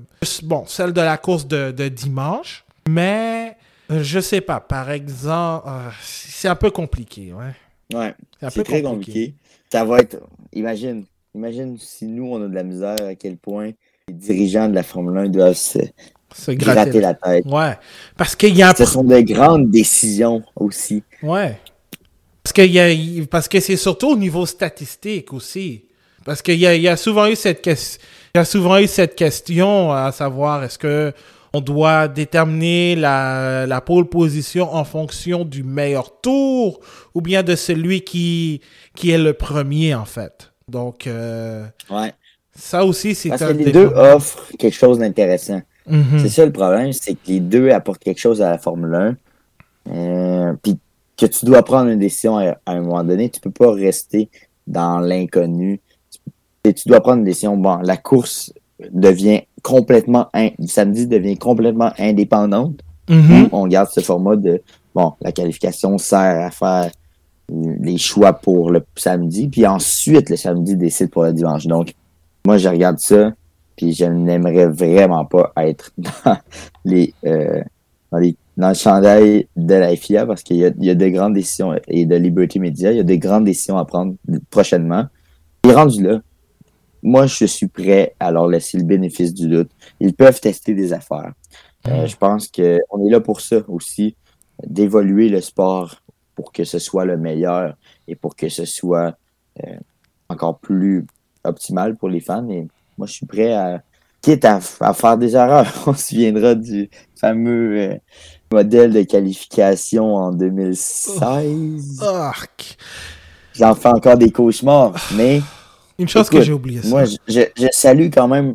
S1: dimanche, mais je sais pas, par exemple, c'est un peu compliqué, ouais.
S2: Ouais, c'est très compliqué. Ça va être... Imagine si nous, on a de la misère, à quel point les dirigeants de la Formule 1 doivent se gratter la tête.
S1: Ouais, parce qu'il y a...
S2: Ce sont de grandes décisions aussi.
S1: Ouais, parce que c'est surtout au niveau statistique aussi. Parce qu'il y a souvent eu cette question à savoir est-ce que on doit déterminer la pole position en fonction du meilleur tour ou bien de celui qui est le premier, en fait. Donc,
S2: ouais.
S1: Ça aussi, c'est
S2: parce que les deux offrent quelque chose d'intéressant.
S1: Mm-hmm.
S2: C'est ça le problème, c'est que les deux apportent quelque chose à la Formule 1. Puis que tu dois prendre une décision à un moment donné. Tu peux pas rester dans l'inconnu. Tu dois prendre une décision. Bon, la course devient samedi devient complètement indépendante.
S1: Mm-hmm.
S2: On garde ce format de la qualification sert à faire les choix pour le samedi, puis ensuite le samedi décide pour le dimanche. Donc moi je regarde ça, puis je n'aimerais vraiment pas être dans dans le chandail de la FIA parce qu'il y a de grandes décisions et de Liberty Media. Il y a des grandes décisions à prendre prochainement. Et rendu là, moi, je suis prêt à leur laisser le bénéfice du doute. Ils peuvent tester des affaires. Je pense qu'on est là pour ça aussi, d'évoluer le sport pour que ce soit le meilleur et pour que ce soit encore plus optimal pour les fans. Et moi, je suis prêt quitte à faire des erreurs. On se souviendra du fameux modèle de qualification en 2016.
S1: Arc.
S2: J'en fais encore des cauchemars, mais
S1: Une chose que j'ai oublié, ça.
S2: moi, je salue quand même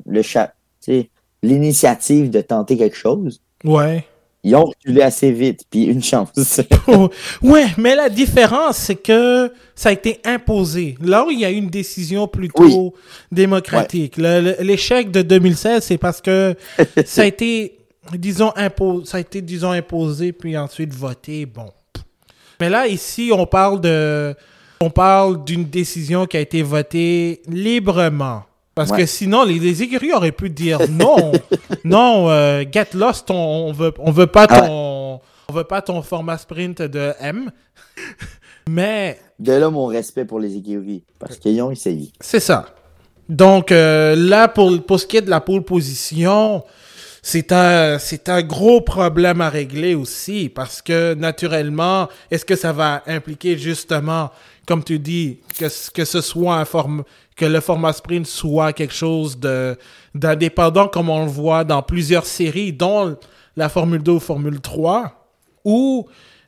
S2: l'initiative de tenter quelque chose.
S1: Ouais.
S2: Ils ont reculé assez vite, puis une chance.
S1: Ouais, mais la différence, c'est que ça a été imposé. Là où il y a eu une décision plutôt démocratique. L'échec de 2016, c'est parce que ça a été, disons, imposé, puis ensuite voté. Bon. Mais là, ici, on parle d'une décision qui a été votée librement. Parce que sinon, les écuries auraient pu dire non, get lost, on veut pas ton format sprint de M. Mais
S2: de là mon respect pour les écuries, parce qu'ils ont essayé.
S1: C'est ça. Donc là, pour ce qui est de la pole position, c'est un gros problème à régler aussi, parce que naturellement, est-ce que ça va impliquer justement, comme tu dis, que ce soit que le format sprint soit quelque chose d'indépendant, comme on le voit dans plusieurs séries, dont la Formule 2 ou Formule 3, ou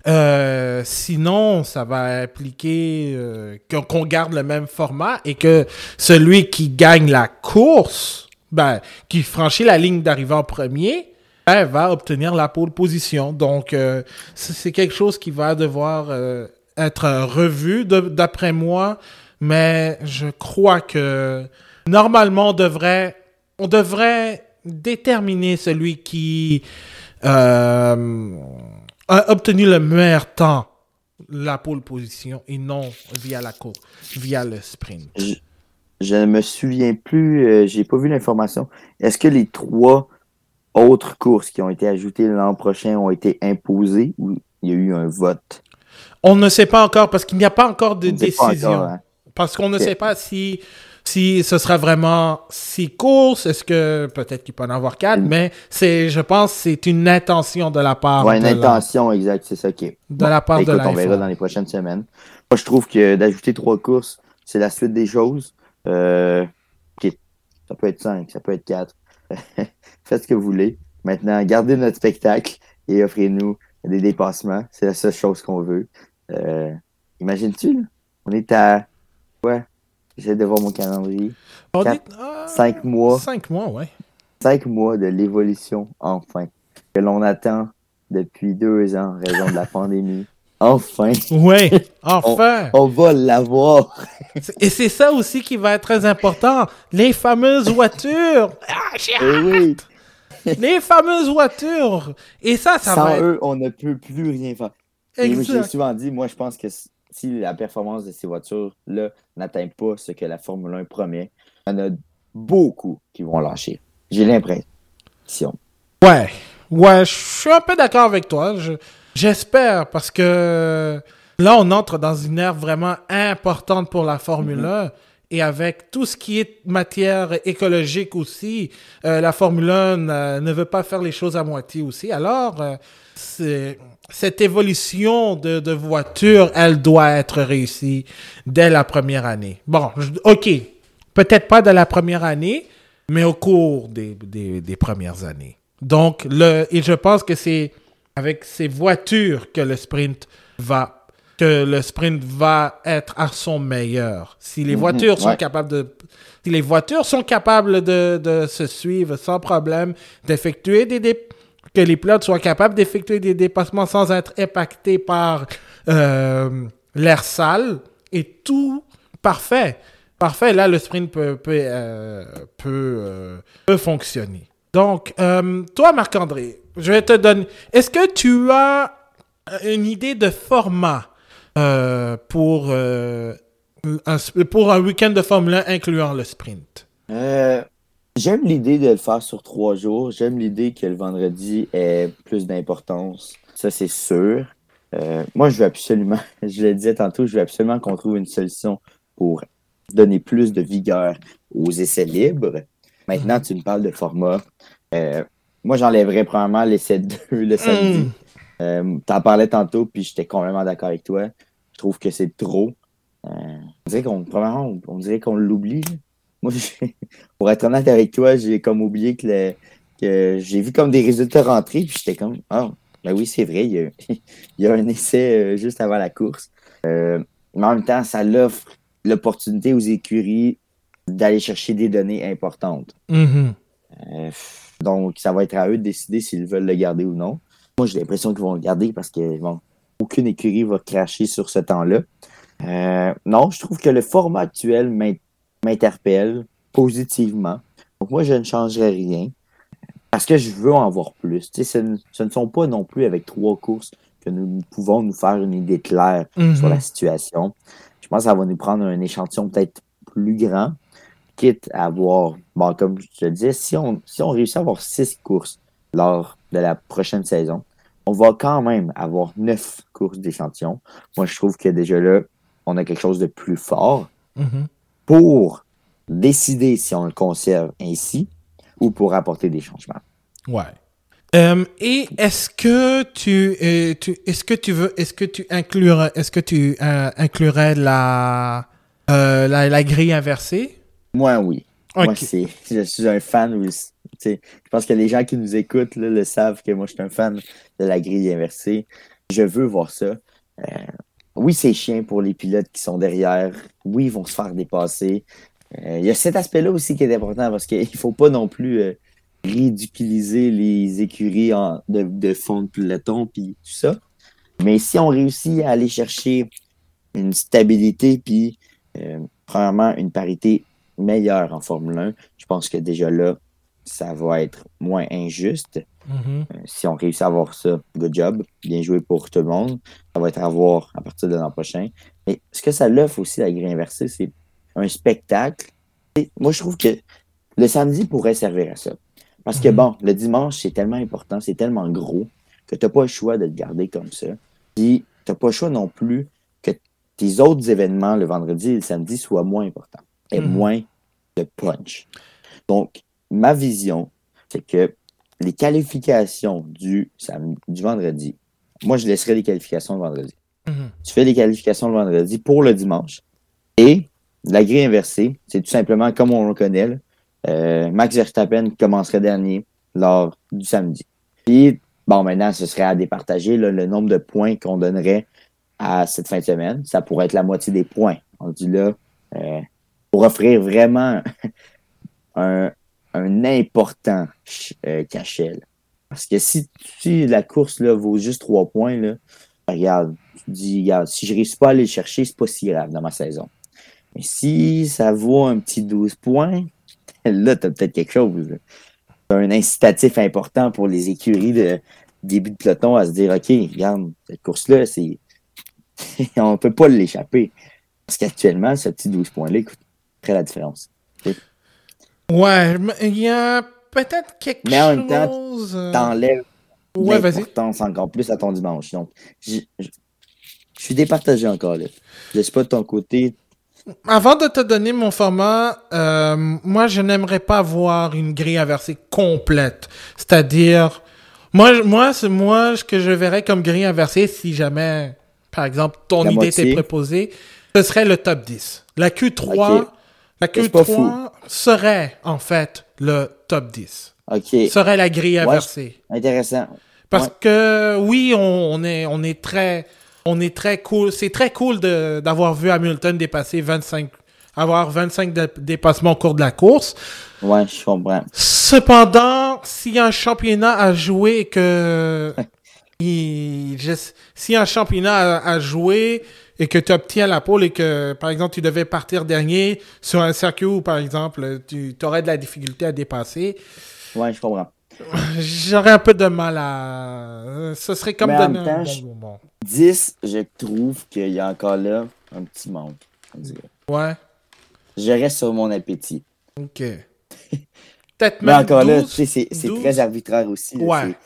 S1: sinon, ça va impliquer qu'on garde le même format et que celui qui gagne la course, qui franchit la ligne d'arrivée en premier, va obtenir la pole position. Donc, c'est quelque chose qui va devoir être revu, d'après moi. Mais je crois que normalement, on devrait déterminer celui qui a obtenu le meilleur temps, la pole position, et non via la course, via le sprint.
S2: Je ne me souviens plus, j'ai pas vu l'information. Est-ce que les 3 autres courses qui ont été ajoutées l'an prochain ont été imposées ou il y a eu un vote?
S1: On ne sait pas encore parce qu'il n'y a pas encore de décision.
S2: Encore, hein?
S1: Parce qu'on ne sait pas si ce sera vraiment 6 courses. Est-ce que peut-être qu'il peut en avoir 4, mais je pense que c'est une intention de la part
S2: de une intention, exact, c'est ça qui est.
S1: De la part de la
S2: on verra dans les prochaines semaines. Moi, je trouve que d'ajouter 3 courses, c'est la suite des choses. Ça peut être 5, ça peut être 4. Faites ce que vous voulez. Maintenant, gardez notre spectacle et offrez-nous des dépassements. C'est la seule chose qu'on veut. Imagines-tu, là? On est à... Ouais, j'essaie de voir mon calendrier. 5 mois.
S1: 5 mois, ouais.
S2: 5 mois de l'évolution, enfin. Que l'on attend depuis 2 ans en raison de la pandémie. Enfin.
S1: Oui, enfin.
S2: On va l'avoir.
S1: Et c'est ça aussi qui va être très important. Les fameuses voitures.
S2: Oui.
S1: Les fameuses voitures. Et ça
S2: sans
S1: va être...
S2: eux, on ne peut plus rien faire. Et j'ai souvent dit, moi, je pense que si la performance de ces voitures-là n'atteint pas ce que la Formule 1 promet, il y en a beaucoup qui vont lâcher. J'ai l'impression.
S1: Ouais, je suis un peu d'accord avec toi. J'espère parce que là, on entre dans une ère vraiment importante pour la Formule 1. Et avec tout ce qui est matière écologique aussi, la Formule 1 ne veut pas faire les choses à moitié aussi. Alors, cette évolution de voiture, elle doit être réussie dès la première année. Bon, OK, peut-être pas dès la première année, mais au cours des premières années. Donc, et je pense que c'est avec ces voitures que le sprint va être à son meilleur. Si les voitures sont capables de se suivre sans problème, d'effectuer que les pilotes soient capables d'effectuer des dépassements sans être impactés par l'air sale, et tout parfait. Parfait, là, le sprint peut fonctionner. Donc, toi, Marc-André, je vais te donner... Est-ce que tu as une idée de format pour un week-end de Formule 1 incluant le sprint?
S2: J'aime l'idée de le faire sur 3 jours. J'aime l'idée que le vendredi ait plus d'importance. Ça, c'est sûr. Moi, je veux absolument, je le disais tantôt, je veux absolument qu'on trouve une solution pour donner plus de vigueur aux essais libres. Maintenant,
S1: Mhm.
S2: tu me parles de format. Euh, Moi, j'enlèverais probablement l'essai 2 le samedi.
S1: Hmm.
S2: T'en parlais tantôt, puis j'étais complètement d'accord avec toi. Je trouve que c'est trop. On dirait premièrement, on dirait qu'on l'oublie, là. Moi, pour être honnête avec toi, j'ai comme oublié que j'ai vu comme des résultats rentrer, puis j'étais comme, ah, ben oui, c'est vrai, il y a un essai juste avant la course. Mais en même temps, ça l'offre l'opportunité aux écuries d'aller chercher des données importantes.
S1: Mhm.
S2: Euh, donc, ça va être à eux de décider s'ils veulent le garder ou non. Moi, j'ai l'impression qu'ils vont le garder parce que bon, aucune écurie va cracher sur ce temps-là. Non, je trouve que le format actuel m'interpelle positivement. Donc, moi, je ne changerais rien parce que je veux en voir plus. Tu sais, ce ne sont pas non plus avec 3 courses que nous pouvons nous faire une idée claire sur la
S1: Mhm.
S2: situation. Je pense que ça va nous prendre un échantillon peut-être plus grand, quitte à avoir, bon, comme je te le disais, si on réussit à avoir 6 courses lors de la prochaine saison, on va quand même avoir 9 courses d'échantillon. Moi, je trouve que déjà là, on a quelque chose de plus fort
S1: Mhm.
S2: pour décider si on le conserve ainsi ou pour apporter des changements.
S1: Ouais. Et est-ce que tu inclurais la grille inversée?
S2: Moi, oui. Moi,
S1: Ok.
S2: je suis un fan. Tu sais, je pense que les gens qui nous écoutent là, le savent que moi, je suis un fan de la grille inversée. Je veux voir ça. Euh, oui, c'est chiant pour les pilotes qui sont derrière. Oui, ils vont se faire dépasser. Il y a cet aspect-là aussi qui est important parce qu'il ne faut pas non plus ridiculiser les écuries de fond de peloton puis tout ça. Mais si on réussit à aller chercher une stabilité puis, premièrement, une parité meilleure en Formule 1, je pense que déjà là, ça va être moins injuste.
S1: Mhm.
S2: Si on réussit à avoir ça, good job, bien joué pour tout le monde. Ça va être à voir à partir de l'an prochain. Mais ce que ça l'offre aussi, la grille inversée, c'est un spectacle. Et moi, je trouve que le samedi pourrait servir à ça. Parce que
S1: Mhm.
S2: bon, le dimanche, c'est tellement important, c'est tellement gros que tu n'as pas le choix de le garder comme ça. Puis, tu n'as pas le choix non plus que tes autres événements, le vendredi et le samedi, soient moins importants et
S1: Mhm.
S2: moins de punch. Donc, ma vision, c'est que les qualifications du vendredi, moi, je laisserai les qualifications le vendredi.
S1: Mhm.
S2: Tu fais les qualifications le vendredi pour le dimanche. Et la grille inversée, c'est tout simplement comme on le connaît. Là, Max Verstappen commencerait dernier lors du samedi. Puis, bon, maintenant, ce serait à départager là, le nombre de points qu'on donnerait à cette fin de semaine. Ça pourrait être la moitié des points. On dit là, euh, pour offrir vraiment un, un important cachet. Là. Parce que si la course là, vaut juste 3 points, là, regarde, tu te dis, regarde, si je ne réussis pas à aller le chercher, c'est pas si grave dans ma saison. Mais si ça vaut un petit 12 points, là, tu as peut-être quelque chose. Là. T'as un incitatif important pour les écuries de début de peloton à se dire, OK, regarde, cette course-là, on ne peut pas l'échapper. Parce qu'actuellement, ce petit 12 points-là, écoute, très la différence.
S1: Ouais, mais il y a peut-être quelque
S2: Mais en même temps,
S1: chose.
S2: t'enlèves de
S1: Ouais, vas-y.
S2: l'importance encore plus à ton dimanche. Donc, je suis départagé encore là. Je ne sais pas de ton côté.
S1: Avant de te donner mon format, moi, je n'aimerais pas voir une grille inversée complète. C'est-à-dire, moi, ce que je verrais comme grille inversée, si jamais, par exemple, ton
S2: La
S1: idée était
S2: moitié,
S1: proposée, ce serait le top 10.
S2: OK.
S1: La
S2: C'est pas fou.
S1: Q3 serait, en fait, le top 10.
S2: OK.
S1: Serait la grille
S2: Ouais,
S1: inversée.
S2: intéressant.
S1: Parce
S2: Ouais.
S1: que oui, on est très cool. C'est très cool d'avoir vu Hamilton avoir 25 dépassements au cours de la course.
S2: Ouais, je comprends.
S1: Cependant, s'il y a un championnat à jouer et s'il y a un championnat à jouer et que tu obtiens la pole et que, par exemple, tu devais partir dernier sur un circuit où, par exemple, tu aurais de la difficulté à dépasser,
S2: Ouais, je comprends.
S1: j'aurais un peu de mal ce serait comme
S2: Mais en
S1: donner
S2: même
S1: un
S2: temps,
S1: bon moment.
S2: 10, je trouve qu'il y a encore là un petit manque, on dirait.
S1: Ouais,
S2: Je reste sur mon appétit.
S1: ok. peut-être
S2: Mais
S1: même
S2: encore là,
S1: 12.
S2: tu sais, c'est
S1: 12.
S2: très arbitraire aussi. Là.
S1: Ouais.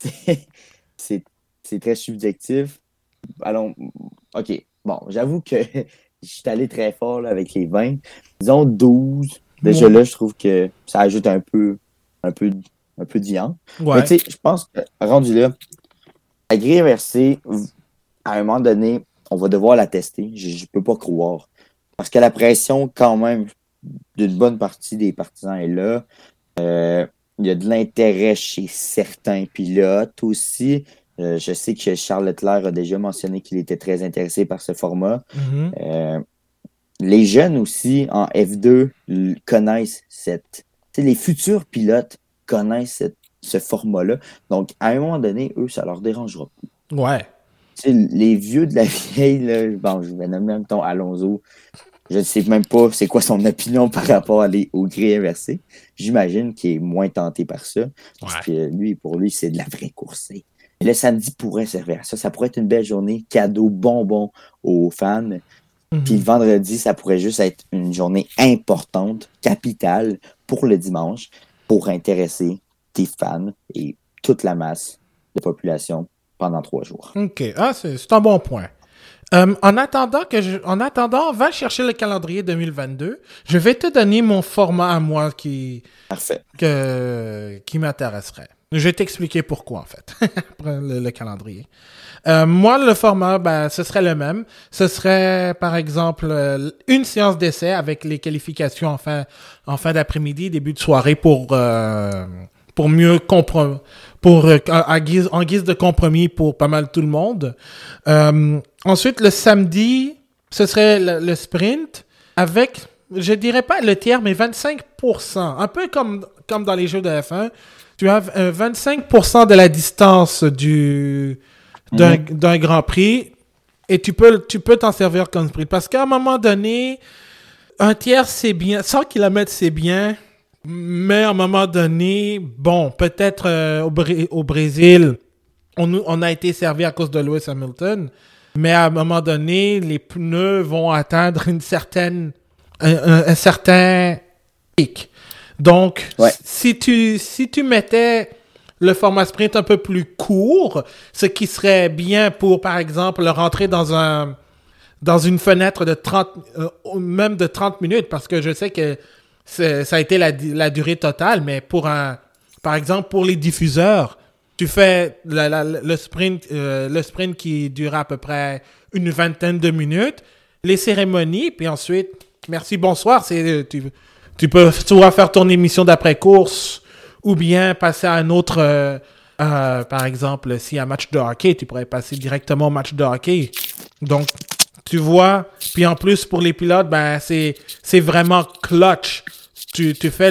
S2: C'est très subjectif. Allons, OK. Bon, j'avoue que je suis allé très fort là, avec les 20. Disons 12. Déjà là, je trouve que ça ajoute un peu, un peu de viande. Mais
S1: Ouais.
S2: tu sais, je pense que rendu là, la grille inversée, à un moment donné, on va devoir la tester. Je peux pas croire. Parce que la pression, quand même, d'une bonne partie des partisans est là. Il y a de l'intérêt chez certains pilotes aussi. Je sais que Charles Leclerc a déjà mentionné qu'il était très intéressé par ce format.
S1: Mhm.
S2: Les jeunes aussi en F2 connaissent les futurs pilotes connaissent ce format-là. Donc, à un moment donné, eux, ça leur dérangera pas.
S1: Ouais.
S2: Tu sais, les vieux de la vieille, là, bon, je vais nommer en même temps Alonso. Je ne sais même pas c'est quoi son opinion par rapport aux grilles inversées. J'imagine qu'il est moins tenté par ça. Parce que pour lui, c'est de la vraie course. Et le samedi pourrait servir à ça. Ça pourrait être une belle journée, cadeau, bonbon aux fans. Puis le vendredi, ça pourrait juste être une journée importante, capitale pour le dimanche, pour intéresser tes fans et toute la masse de population pendant 3 jours.
S1: OK. Ah, c'est un bon point. En attendant, va chercher le calendrier 2022. Je vais te donner mon format à moi
S2: Parfait.
S1: qui m'intéresserait. Je vais t'expliquer pourquoi, en fait, le calendrier. Moi, le format, ce serait le même. Ce serait, par exemple, une séance d'essai avec les qualifications en fin d'après-midi, début de soirée pour mieux comprendre, en guise de compromis pour pas mal tout le monde. Ensuite, le samedi, ce serait le sprint avec, je dirais pas le tiers, mais 25%. Un peu comme dans les jeux de F1. Tu as 25% de la distance d'un Grand Prix et tu peux t'en servir comme sprint. Parce qu'à un moment donné, un tiers, c'est bien. 100 km, c'est bien. Mais à un moment donné, bon, peut-être au Brésil, on a été servi à cause de Lewis Hamilton. Mais à un moment donné, les pneus vont atteindre un certain pic. Donc, si tu mettais le format sprint un peu plus court, ce qui serait bien pour, par exemple, rentrer dans une fenêtre de 30, même de 30 minutes, parce que je sais que ça a été la durée totale, mais par exemple, pour les diffuseurs, tu fais le sprint qui dure à peu près une vingtaine de minutes, les cérémonies, puis ensuite, merci, bonsoir, tu peux soit faire ton émission d'après-course ou bien passer à un autre, par exemple, s'il y a un match de hockey, tu pourrais passer directement au match de hockey. Donc, tu vois, puis en plus, pour les pilotes, c'est vraiment clutch. Tu fais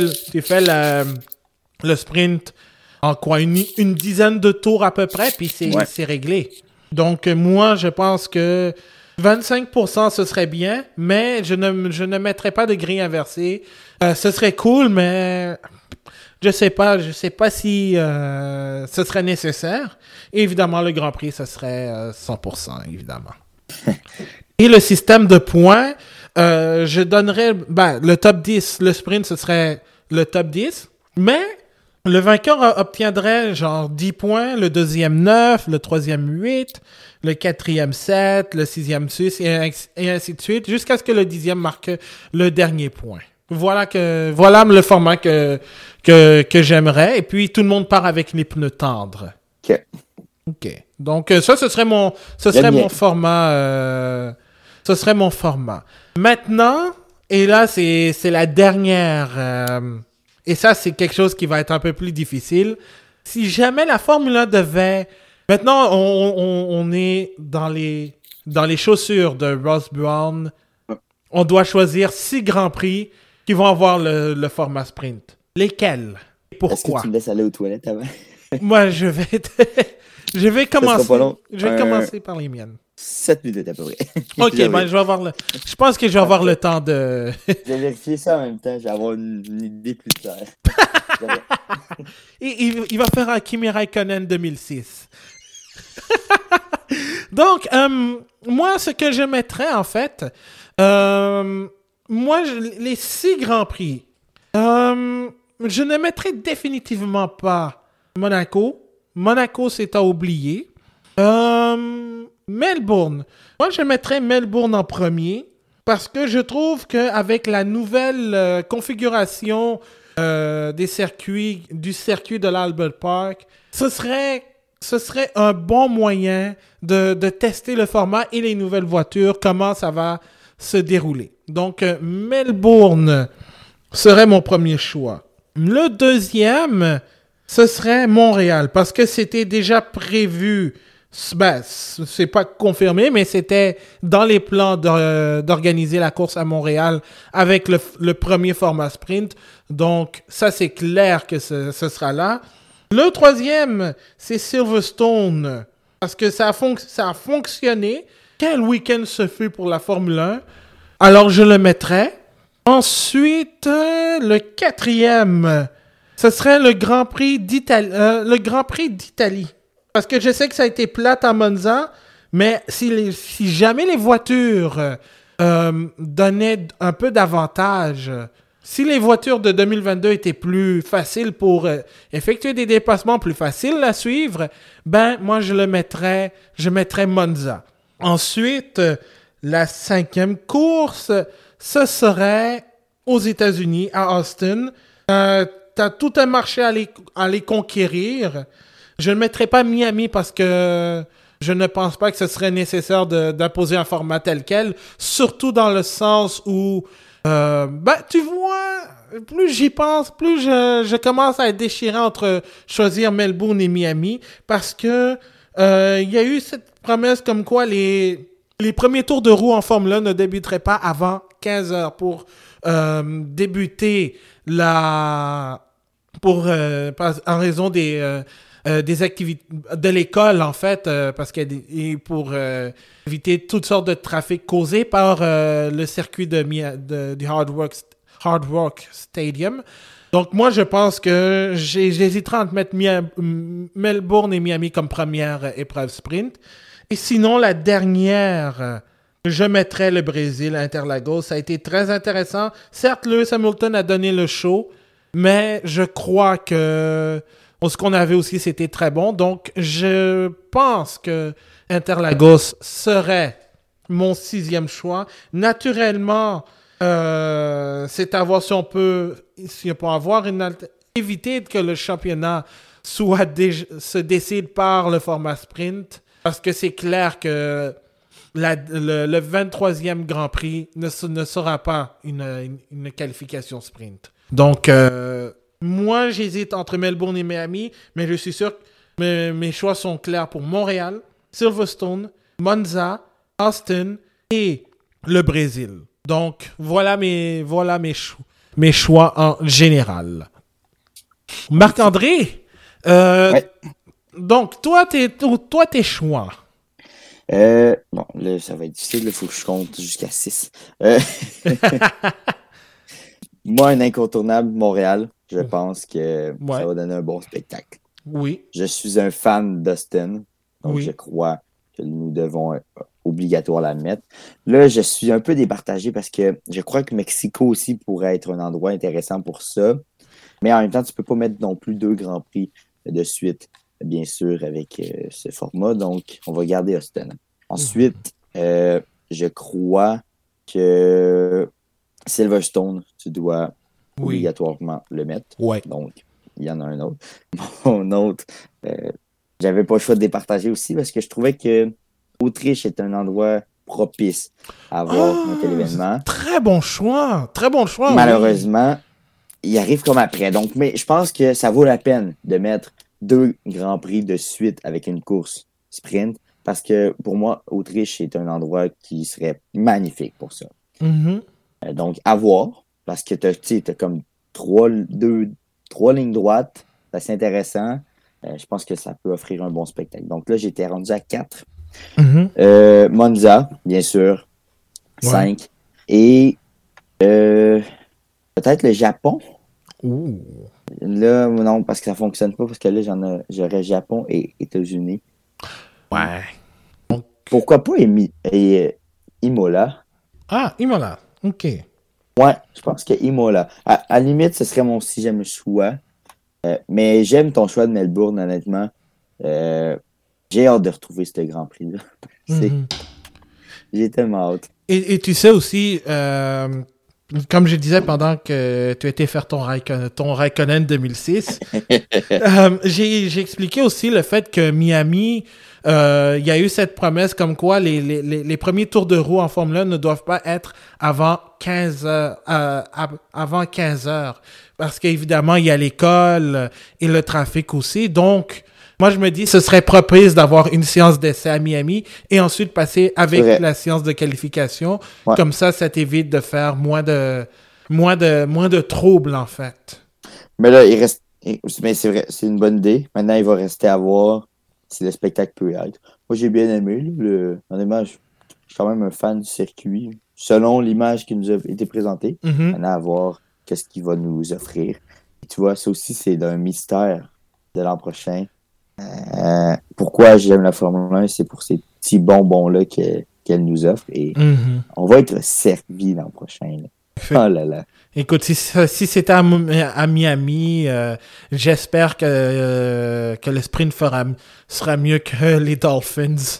S1: le sprint en quoi? Une dizaine de tours à peu près, puis c'est réglé. Donc, moi, je pense que 25%, ce serait bien, mais je ne mettrais pas de grille inversée. Ce serait cool, mais je sais pas si ce serait nécessaire. Et évidemment, le Grand Prix, ce serait 100%, évidemment. Et le système de points, je donnerais le top 10. Le sprint, ce serait le top 10, mais le vainqueur obtiendrait genre 10 points, le deuxième 9, le troisième 8, le quatrième 7, le sixième 6, et ainsi de suite, jusqu'à ce que le 10e marque le dernier point. Voilà le format que j'aimerais. Et puis, tout le monde part avec les pneus tendres. OK. Donc, ça, ce serait mon format. Ce serait mon format. Maintenant, et là, c'est la dernière... et ça, c'est quelque chose qui va être un peu plus difficile. Si jamais la Formule 1 devait... Maintenant, on est dans les chaussures de Ross Brown. On doit choisir 6 Grands Prix qui vont avoir le format sprint. Lesquels? Pourquoi?
S2: Est-ce que tu me laisses aller aux toilettes avant?
S1: Moi, je vais commencer. Je vais commencer par les miennes.
S2: 7 minutes à peu près.
S1: OK, je vais avoir je pense que je vais avoir le temps de...
S2: Je vais vérifier ça en même temps. Je vais avoir une idée plus claire.
S1: il va faire un Kimi Raikkonen 2006. Donc, moi, ce que je mettrais, en fait... les 6 Grands Prix. je ne mettrai définitivement pas Monaco. Monaco, c'est à oublier. Melbourne. Moi, je mettrais Melbourne en premier parce que je trouve qu'avec la nouvelle configuration du circuit de l'Albert Park, ce serait un bon moyen de tester le format et les nouvelles voitures, comment ça va se dérouler. Donc, Melbourne serait mon premier choix. Le deuxième, ce serait Montréal, parce que c'était déjà prévu. Ben, c'est pas confirmé, mais c'était dans les plans d'organiser la course à Montréal avec le premier format sprint. Donc, ça, c'est clair que ce sera là. Le troisième, c'est Silverstone, parce que ça a fonctionné. Quel week-end ce fut pour la Formule 1? Alors, je le mettrais. Ensuite, le quatrième, ce serait le Grand Prix d'Italie. Parce que je sais que ça a été plate à Monza, mais si jamais les voitures donnaient un peu d'avantage, si les voitures de 2022 étaient plus faciles pour effectuer des dépassements plus faciles à suivre, ben moi je mettrais Monza. Ensuite, la cinquième course, ce serait aux États-Unis, à Austin. T'as tout un marché à les conquérir. Je ne mettrai pas Miami parce que je ne pense pas que ce serait nécessaire d'imposer un format tel quel, surtout dans le sens où, tu vois, plus j'y pense, plus je commence à être déchiré entre choisir Melbourne et Miami parce que il y a eu cette promesse comme quoi les premiers tours de roue en Formule 1 ne débuteraient pas avant 15 heures pour débuter en raison des activités de l'école, en fait, parce et pour éviter toutes sortes de trafic causés par le circuit du Hard Rock Stadium. Donc, moi, je pense que j'hésiterai entre mettre Melbourne et Miami comme première épreuve sprint. Et sinon, la dernière, je mettrais le Brésil, Interlagos. Ça a été très intéressant. Certes, Lewis Hamilton a donné le show, mais je crois que ce qu'on avait aussi, c'était très bon. Donc, je pense que Interlagos serait mon 6e choix. Naturellement, c'est à voir si on peut avoir éviter que le championnat se décide par le format sprint. Parce que c'est clair que le 23e Grand Prix ne sera pas une qualification sprint. Donc, moi, j'hésite entre Melbourne et Miami, mais je suis sûr que mes choix sont clairs pour Montréal, Silverstone, Monza, Austin et le Brésil. Donc, voilà mes choix en général. Marc-André,
S2: Ouais.
S1: donc, toi, tes choix.
S2: Bon, là, ça va être difficile. Il faut que je compte jusqu'à 6. Moi, un incontournable, Montréal. Je pense que ça va donner un bon spectacle.
S1: Oui.
S2: Je suis un fan d'Austin. Donc,
S1: Oui.
S2: je crois que nous devons obligatoire la mettre. Là, je suis un peu départagé parce que je crois que Mexico aussi pourrait être un endroit intéressant pour ça. Mais en même temps, tu ne peux pas mettre non plus 2 Grands Prix de suite, bien sûr, avec ce format. Donc, on va garder Austin. Ensuite, je crois que Silverstone, tu dois obligatoirement le mettre.
S1: Ouais.
S2: Donc, il y en a un autre. Mon autre, j'avais pas le choix de départager aussi parce que je trouvais que Autriche est un endroit propice à avoir un tel événement.
S1: Très bon choix. Très bon choix.
S2: Malheureusement, il arrive comme après. Donc, mais je pense que ça vaut la peine de mettre 2 Grands Prix de suite avec une course sprint parce que pour moi, Autriche est un endroit qui serait magnifique pour ça.
S1: Mm-hmm.
S2: Donc, à voir parce que tu as comme 3 lignes droites. C'est assez intéressant. Je pense que ça peut offrir un bon spectacle. Donc là, j'étais rendu à 4.
S1: Mm-hmm.
S2: Monza, bien sûr. 5. Et peut-être le Japon.
S1: Ouh.
S2: Là, non, parce que ça ne fonctionne pas, parce que là, j'aurais Japon et États-Unis.
S1: Ouais.
S2: Pourquoi pas Imola?
S1: Ah, Imola. OK.
S2: Ouais, je pense que Imola. À la limite, ce serait mon sixième choix. Mais j'aime ton choix de Melbourne, honnêtement. J'ai hâte de retrouver ce Grand Prix-là.
S1: Mhm.
S2: J'ai tellement hâte.
S1: Et tu sais aussi, comme je disais pendant que tu étais faire ton Raikkonen 2006, j'ai expliqué aussi le fait que Miami, il y a eu cette promesse comme quoi les premiers tours de roue en Formule 1 ne doivent pas être avant 15 heures, avant 15 heures. Parce qu'évidemment, il y a l'école et le trafic aussi. Donc, moi, je me dis, ce serait propice d'avoir une séance d'essai à Miami et ensuite passer avec
S2: Vrai.
S1: la séance de qualification.
S2: Ouais.
S1: Comme ça t'évite de faire moins de troubles, en fait.
S2: Mais là, il reste. Mais c'est vrai, c'est une bonne idée. Maintenant, il va rester à voir si le spectacle peut être. Moi, j'ai bien aimé. Honnêtement, je suis quand même un fan du circuit. Selon l'image qui nous a été présentée,
S1: Mhm.
S2: maintenant, à voir qu'est-ce qu'il va nous offrir. Et tu vois, ça aussi, c'est un mystère de l'an prochain. Pourquoi j'aime la Formule 1, c'est pour ces petits bonbons-là qu'elle nous offre. Et
S1: Mhm.
S2: on va être servi l'an prochain. Là. Oh là là.
S1: Écoute, si c'était à Miami, j'espère que le sprint sera mieux que les Dolphins.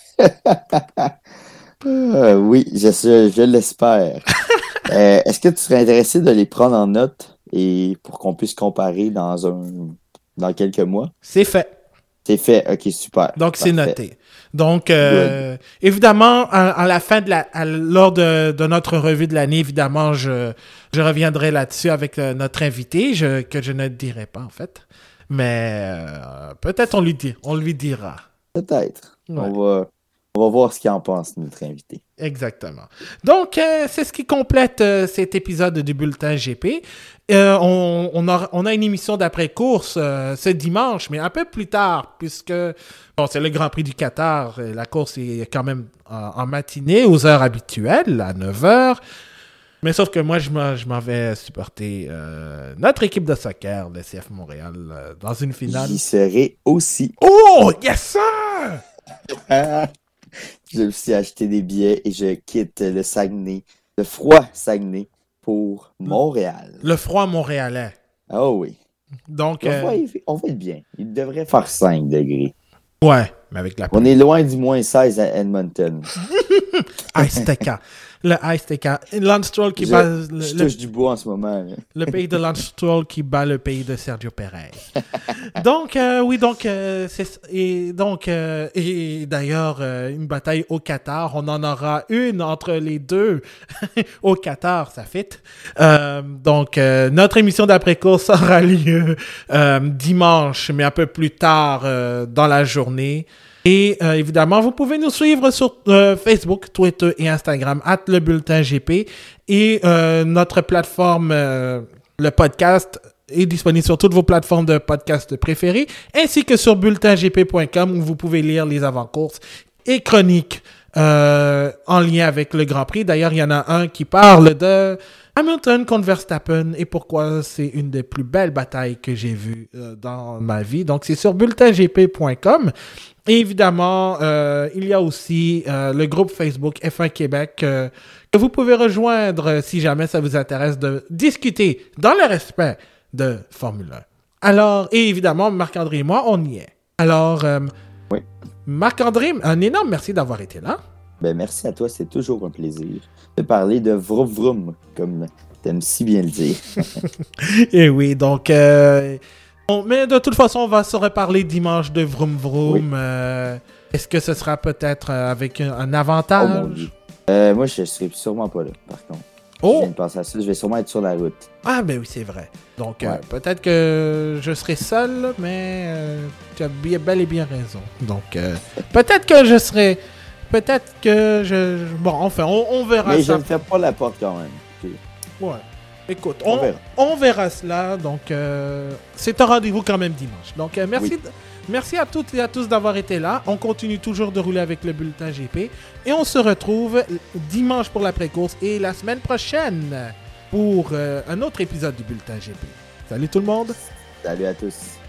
S2: Oui, je l'espère. Est-ce que tu serais intéressé de les prendre en note et pour qu'on puisse comparer dans quelques mois?
S1: C'est fait.
S2: C'est fait. Ok, super.
S1: Donc, c'est
S2: Parfait.
S1: noté. Donc,
S2: Good.
S1: évidemment, à la fin lors de notre revue de l'année, évidemment, je reviendrai là-dessus avec notre invité, que je ne dirai pas, en fait. Mais peut-être on lui dira.
S2: Peut-être.
S1: Ouais.
S2: On va voir ce qu'il en pense, notre invité.
S1: Exactement. Donc, c'est ce qui complète cet épisode du Bulletin GP. On a une émission d'après-course ce dimanche, mais un peu plus tard, puisque bon, c'est le Grand Prix du Qatar. La course est quand même en matinée, aux heures habituelles, à 9 heures. Mais sauf que moi, je m'en vais supporter notre équipe de soccer, le CF Montréal, dans une finale.
S2: J'y serai aussi.
S1: Oh, yes, sir!
S2: Je me suis acheté des billets et je quitte le Saguenay, le froid Saguenay, pour Montréal.
S1: Le froid montréalais.
S2: Oh oui.
S1: Donc,
S2: On va être bien. Il devrait faire 5 degrés.
S1: ouais, mais avec la
S2: On est loin du moins 16 à Edmonton.
S1: Ice Teca. Le Ice Teca. Lance Stroll qui bat
S2: Je touche du bois en ce moment. Là.
S1: le pays de Lance Stroll qui bat le pays de Sergio Perez. Donc, oui, donc, et d'ailleurs, une bataille au Qatar. On en aura une entre les deux au Qatar, ça fit. Donc, notre émission d'après-course aura lieu dimanche, mais un peu plus tard dans la journée. Et évidemment, vous pouvez nous suivre sur Facebook, Twitter et Instagram, @lebulletingp. Et notre plateforme, le podcast, est disponible sur toutes vos plateformes de podcast préférées, ainsi que sur bulletingp.com où vous pouvez lire les avant-courses et chroniques en lien avec le Grand Prix. D'ailleurs, il y en a un qui parle de Hamilton contre Verstappen et pourquoi c'est une des plus belles batailles que j'ai vues dans ma vie. Donc, c'est sur bulletingp.com. Et évidemment, il y a aussi le groupe Facebook F1 Québec que vous pouvez rejoindre si jamais ça vous intéresse de discuter dans le respect de Formule 1. Alors, et évidemment, Marc-André et moi, on y est. Alors,
S2: Oui.
S1: Marc-André, un énorme merci d'avoir été là.
S2: Ben, merci à toi, c'est toujours un plaisir de parler de vroom vroom, comme t'aimes si bien le dire.
S1: Et oui, donc... mais de toute façon, on va se reparler dimanche de Vroom Vroom.
S2: Oui.
S1: Est-ce que ce sera peut-être avec un
S2: Oh mon
S1: avantage?
S2: Dieu. Moi, je serai sûrement pas là, par contre. Je
S1: Oh!
S2: viens de penser à ça, je vais sûrement être sur la route.
S1: Ah, ben oui, c'est vrai. Donc,
S2: Ouais.
S1: peut-être que je serai seul, mais tu as bel et bien raison. Donc, peut-être que je serai... Peut-être que je... Bon, enfin, on verra
S2: Mais je
S1: ça.
S2: ne ferme pas la porte quand même. Ok.
S1: Ouais. Écoute,
S2: On verra.
S1: on verra cela. Donc, c'est un rendez-vous quand même dimanche. Donc, merci,
S2: Oui.
S1: merci à toutes et à tous d'avoir été là. On continue toujours de rouler avec le bulletin GP. Et on se retrouve dimanche pour l'après-course et la semaine prochaine pour un autre épisode du bulletin GP. Salut tout le monde!
S2: Salut à tous.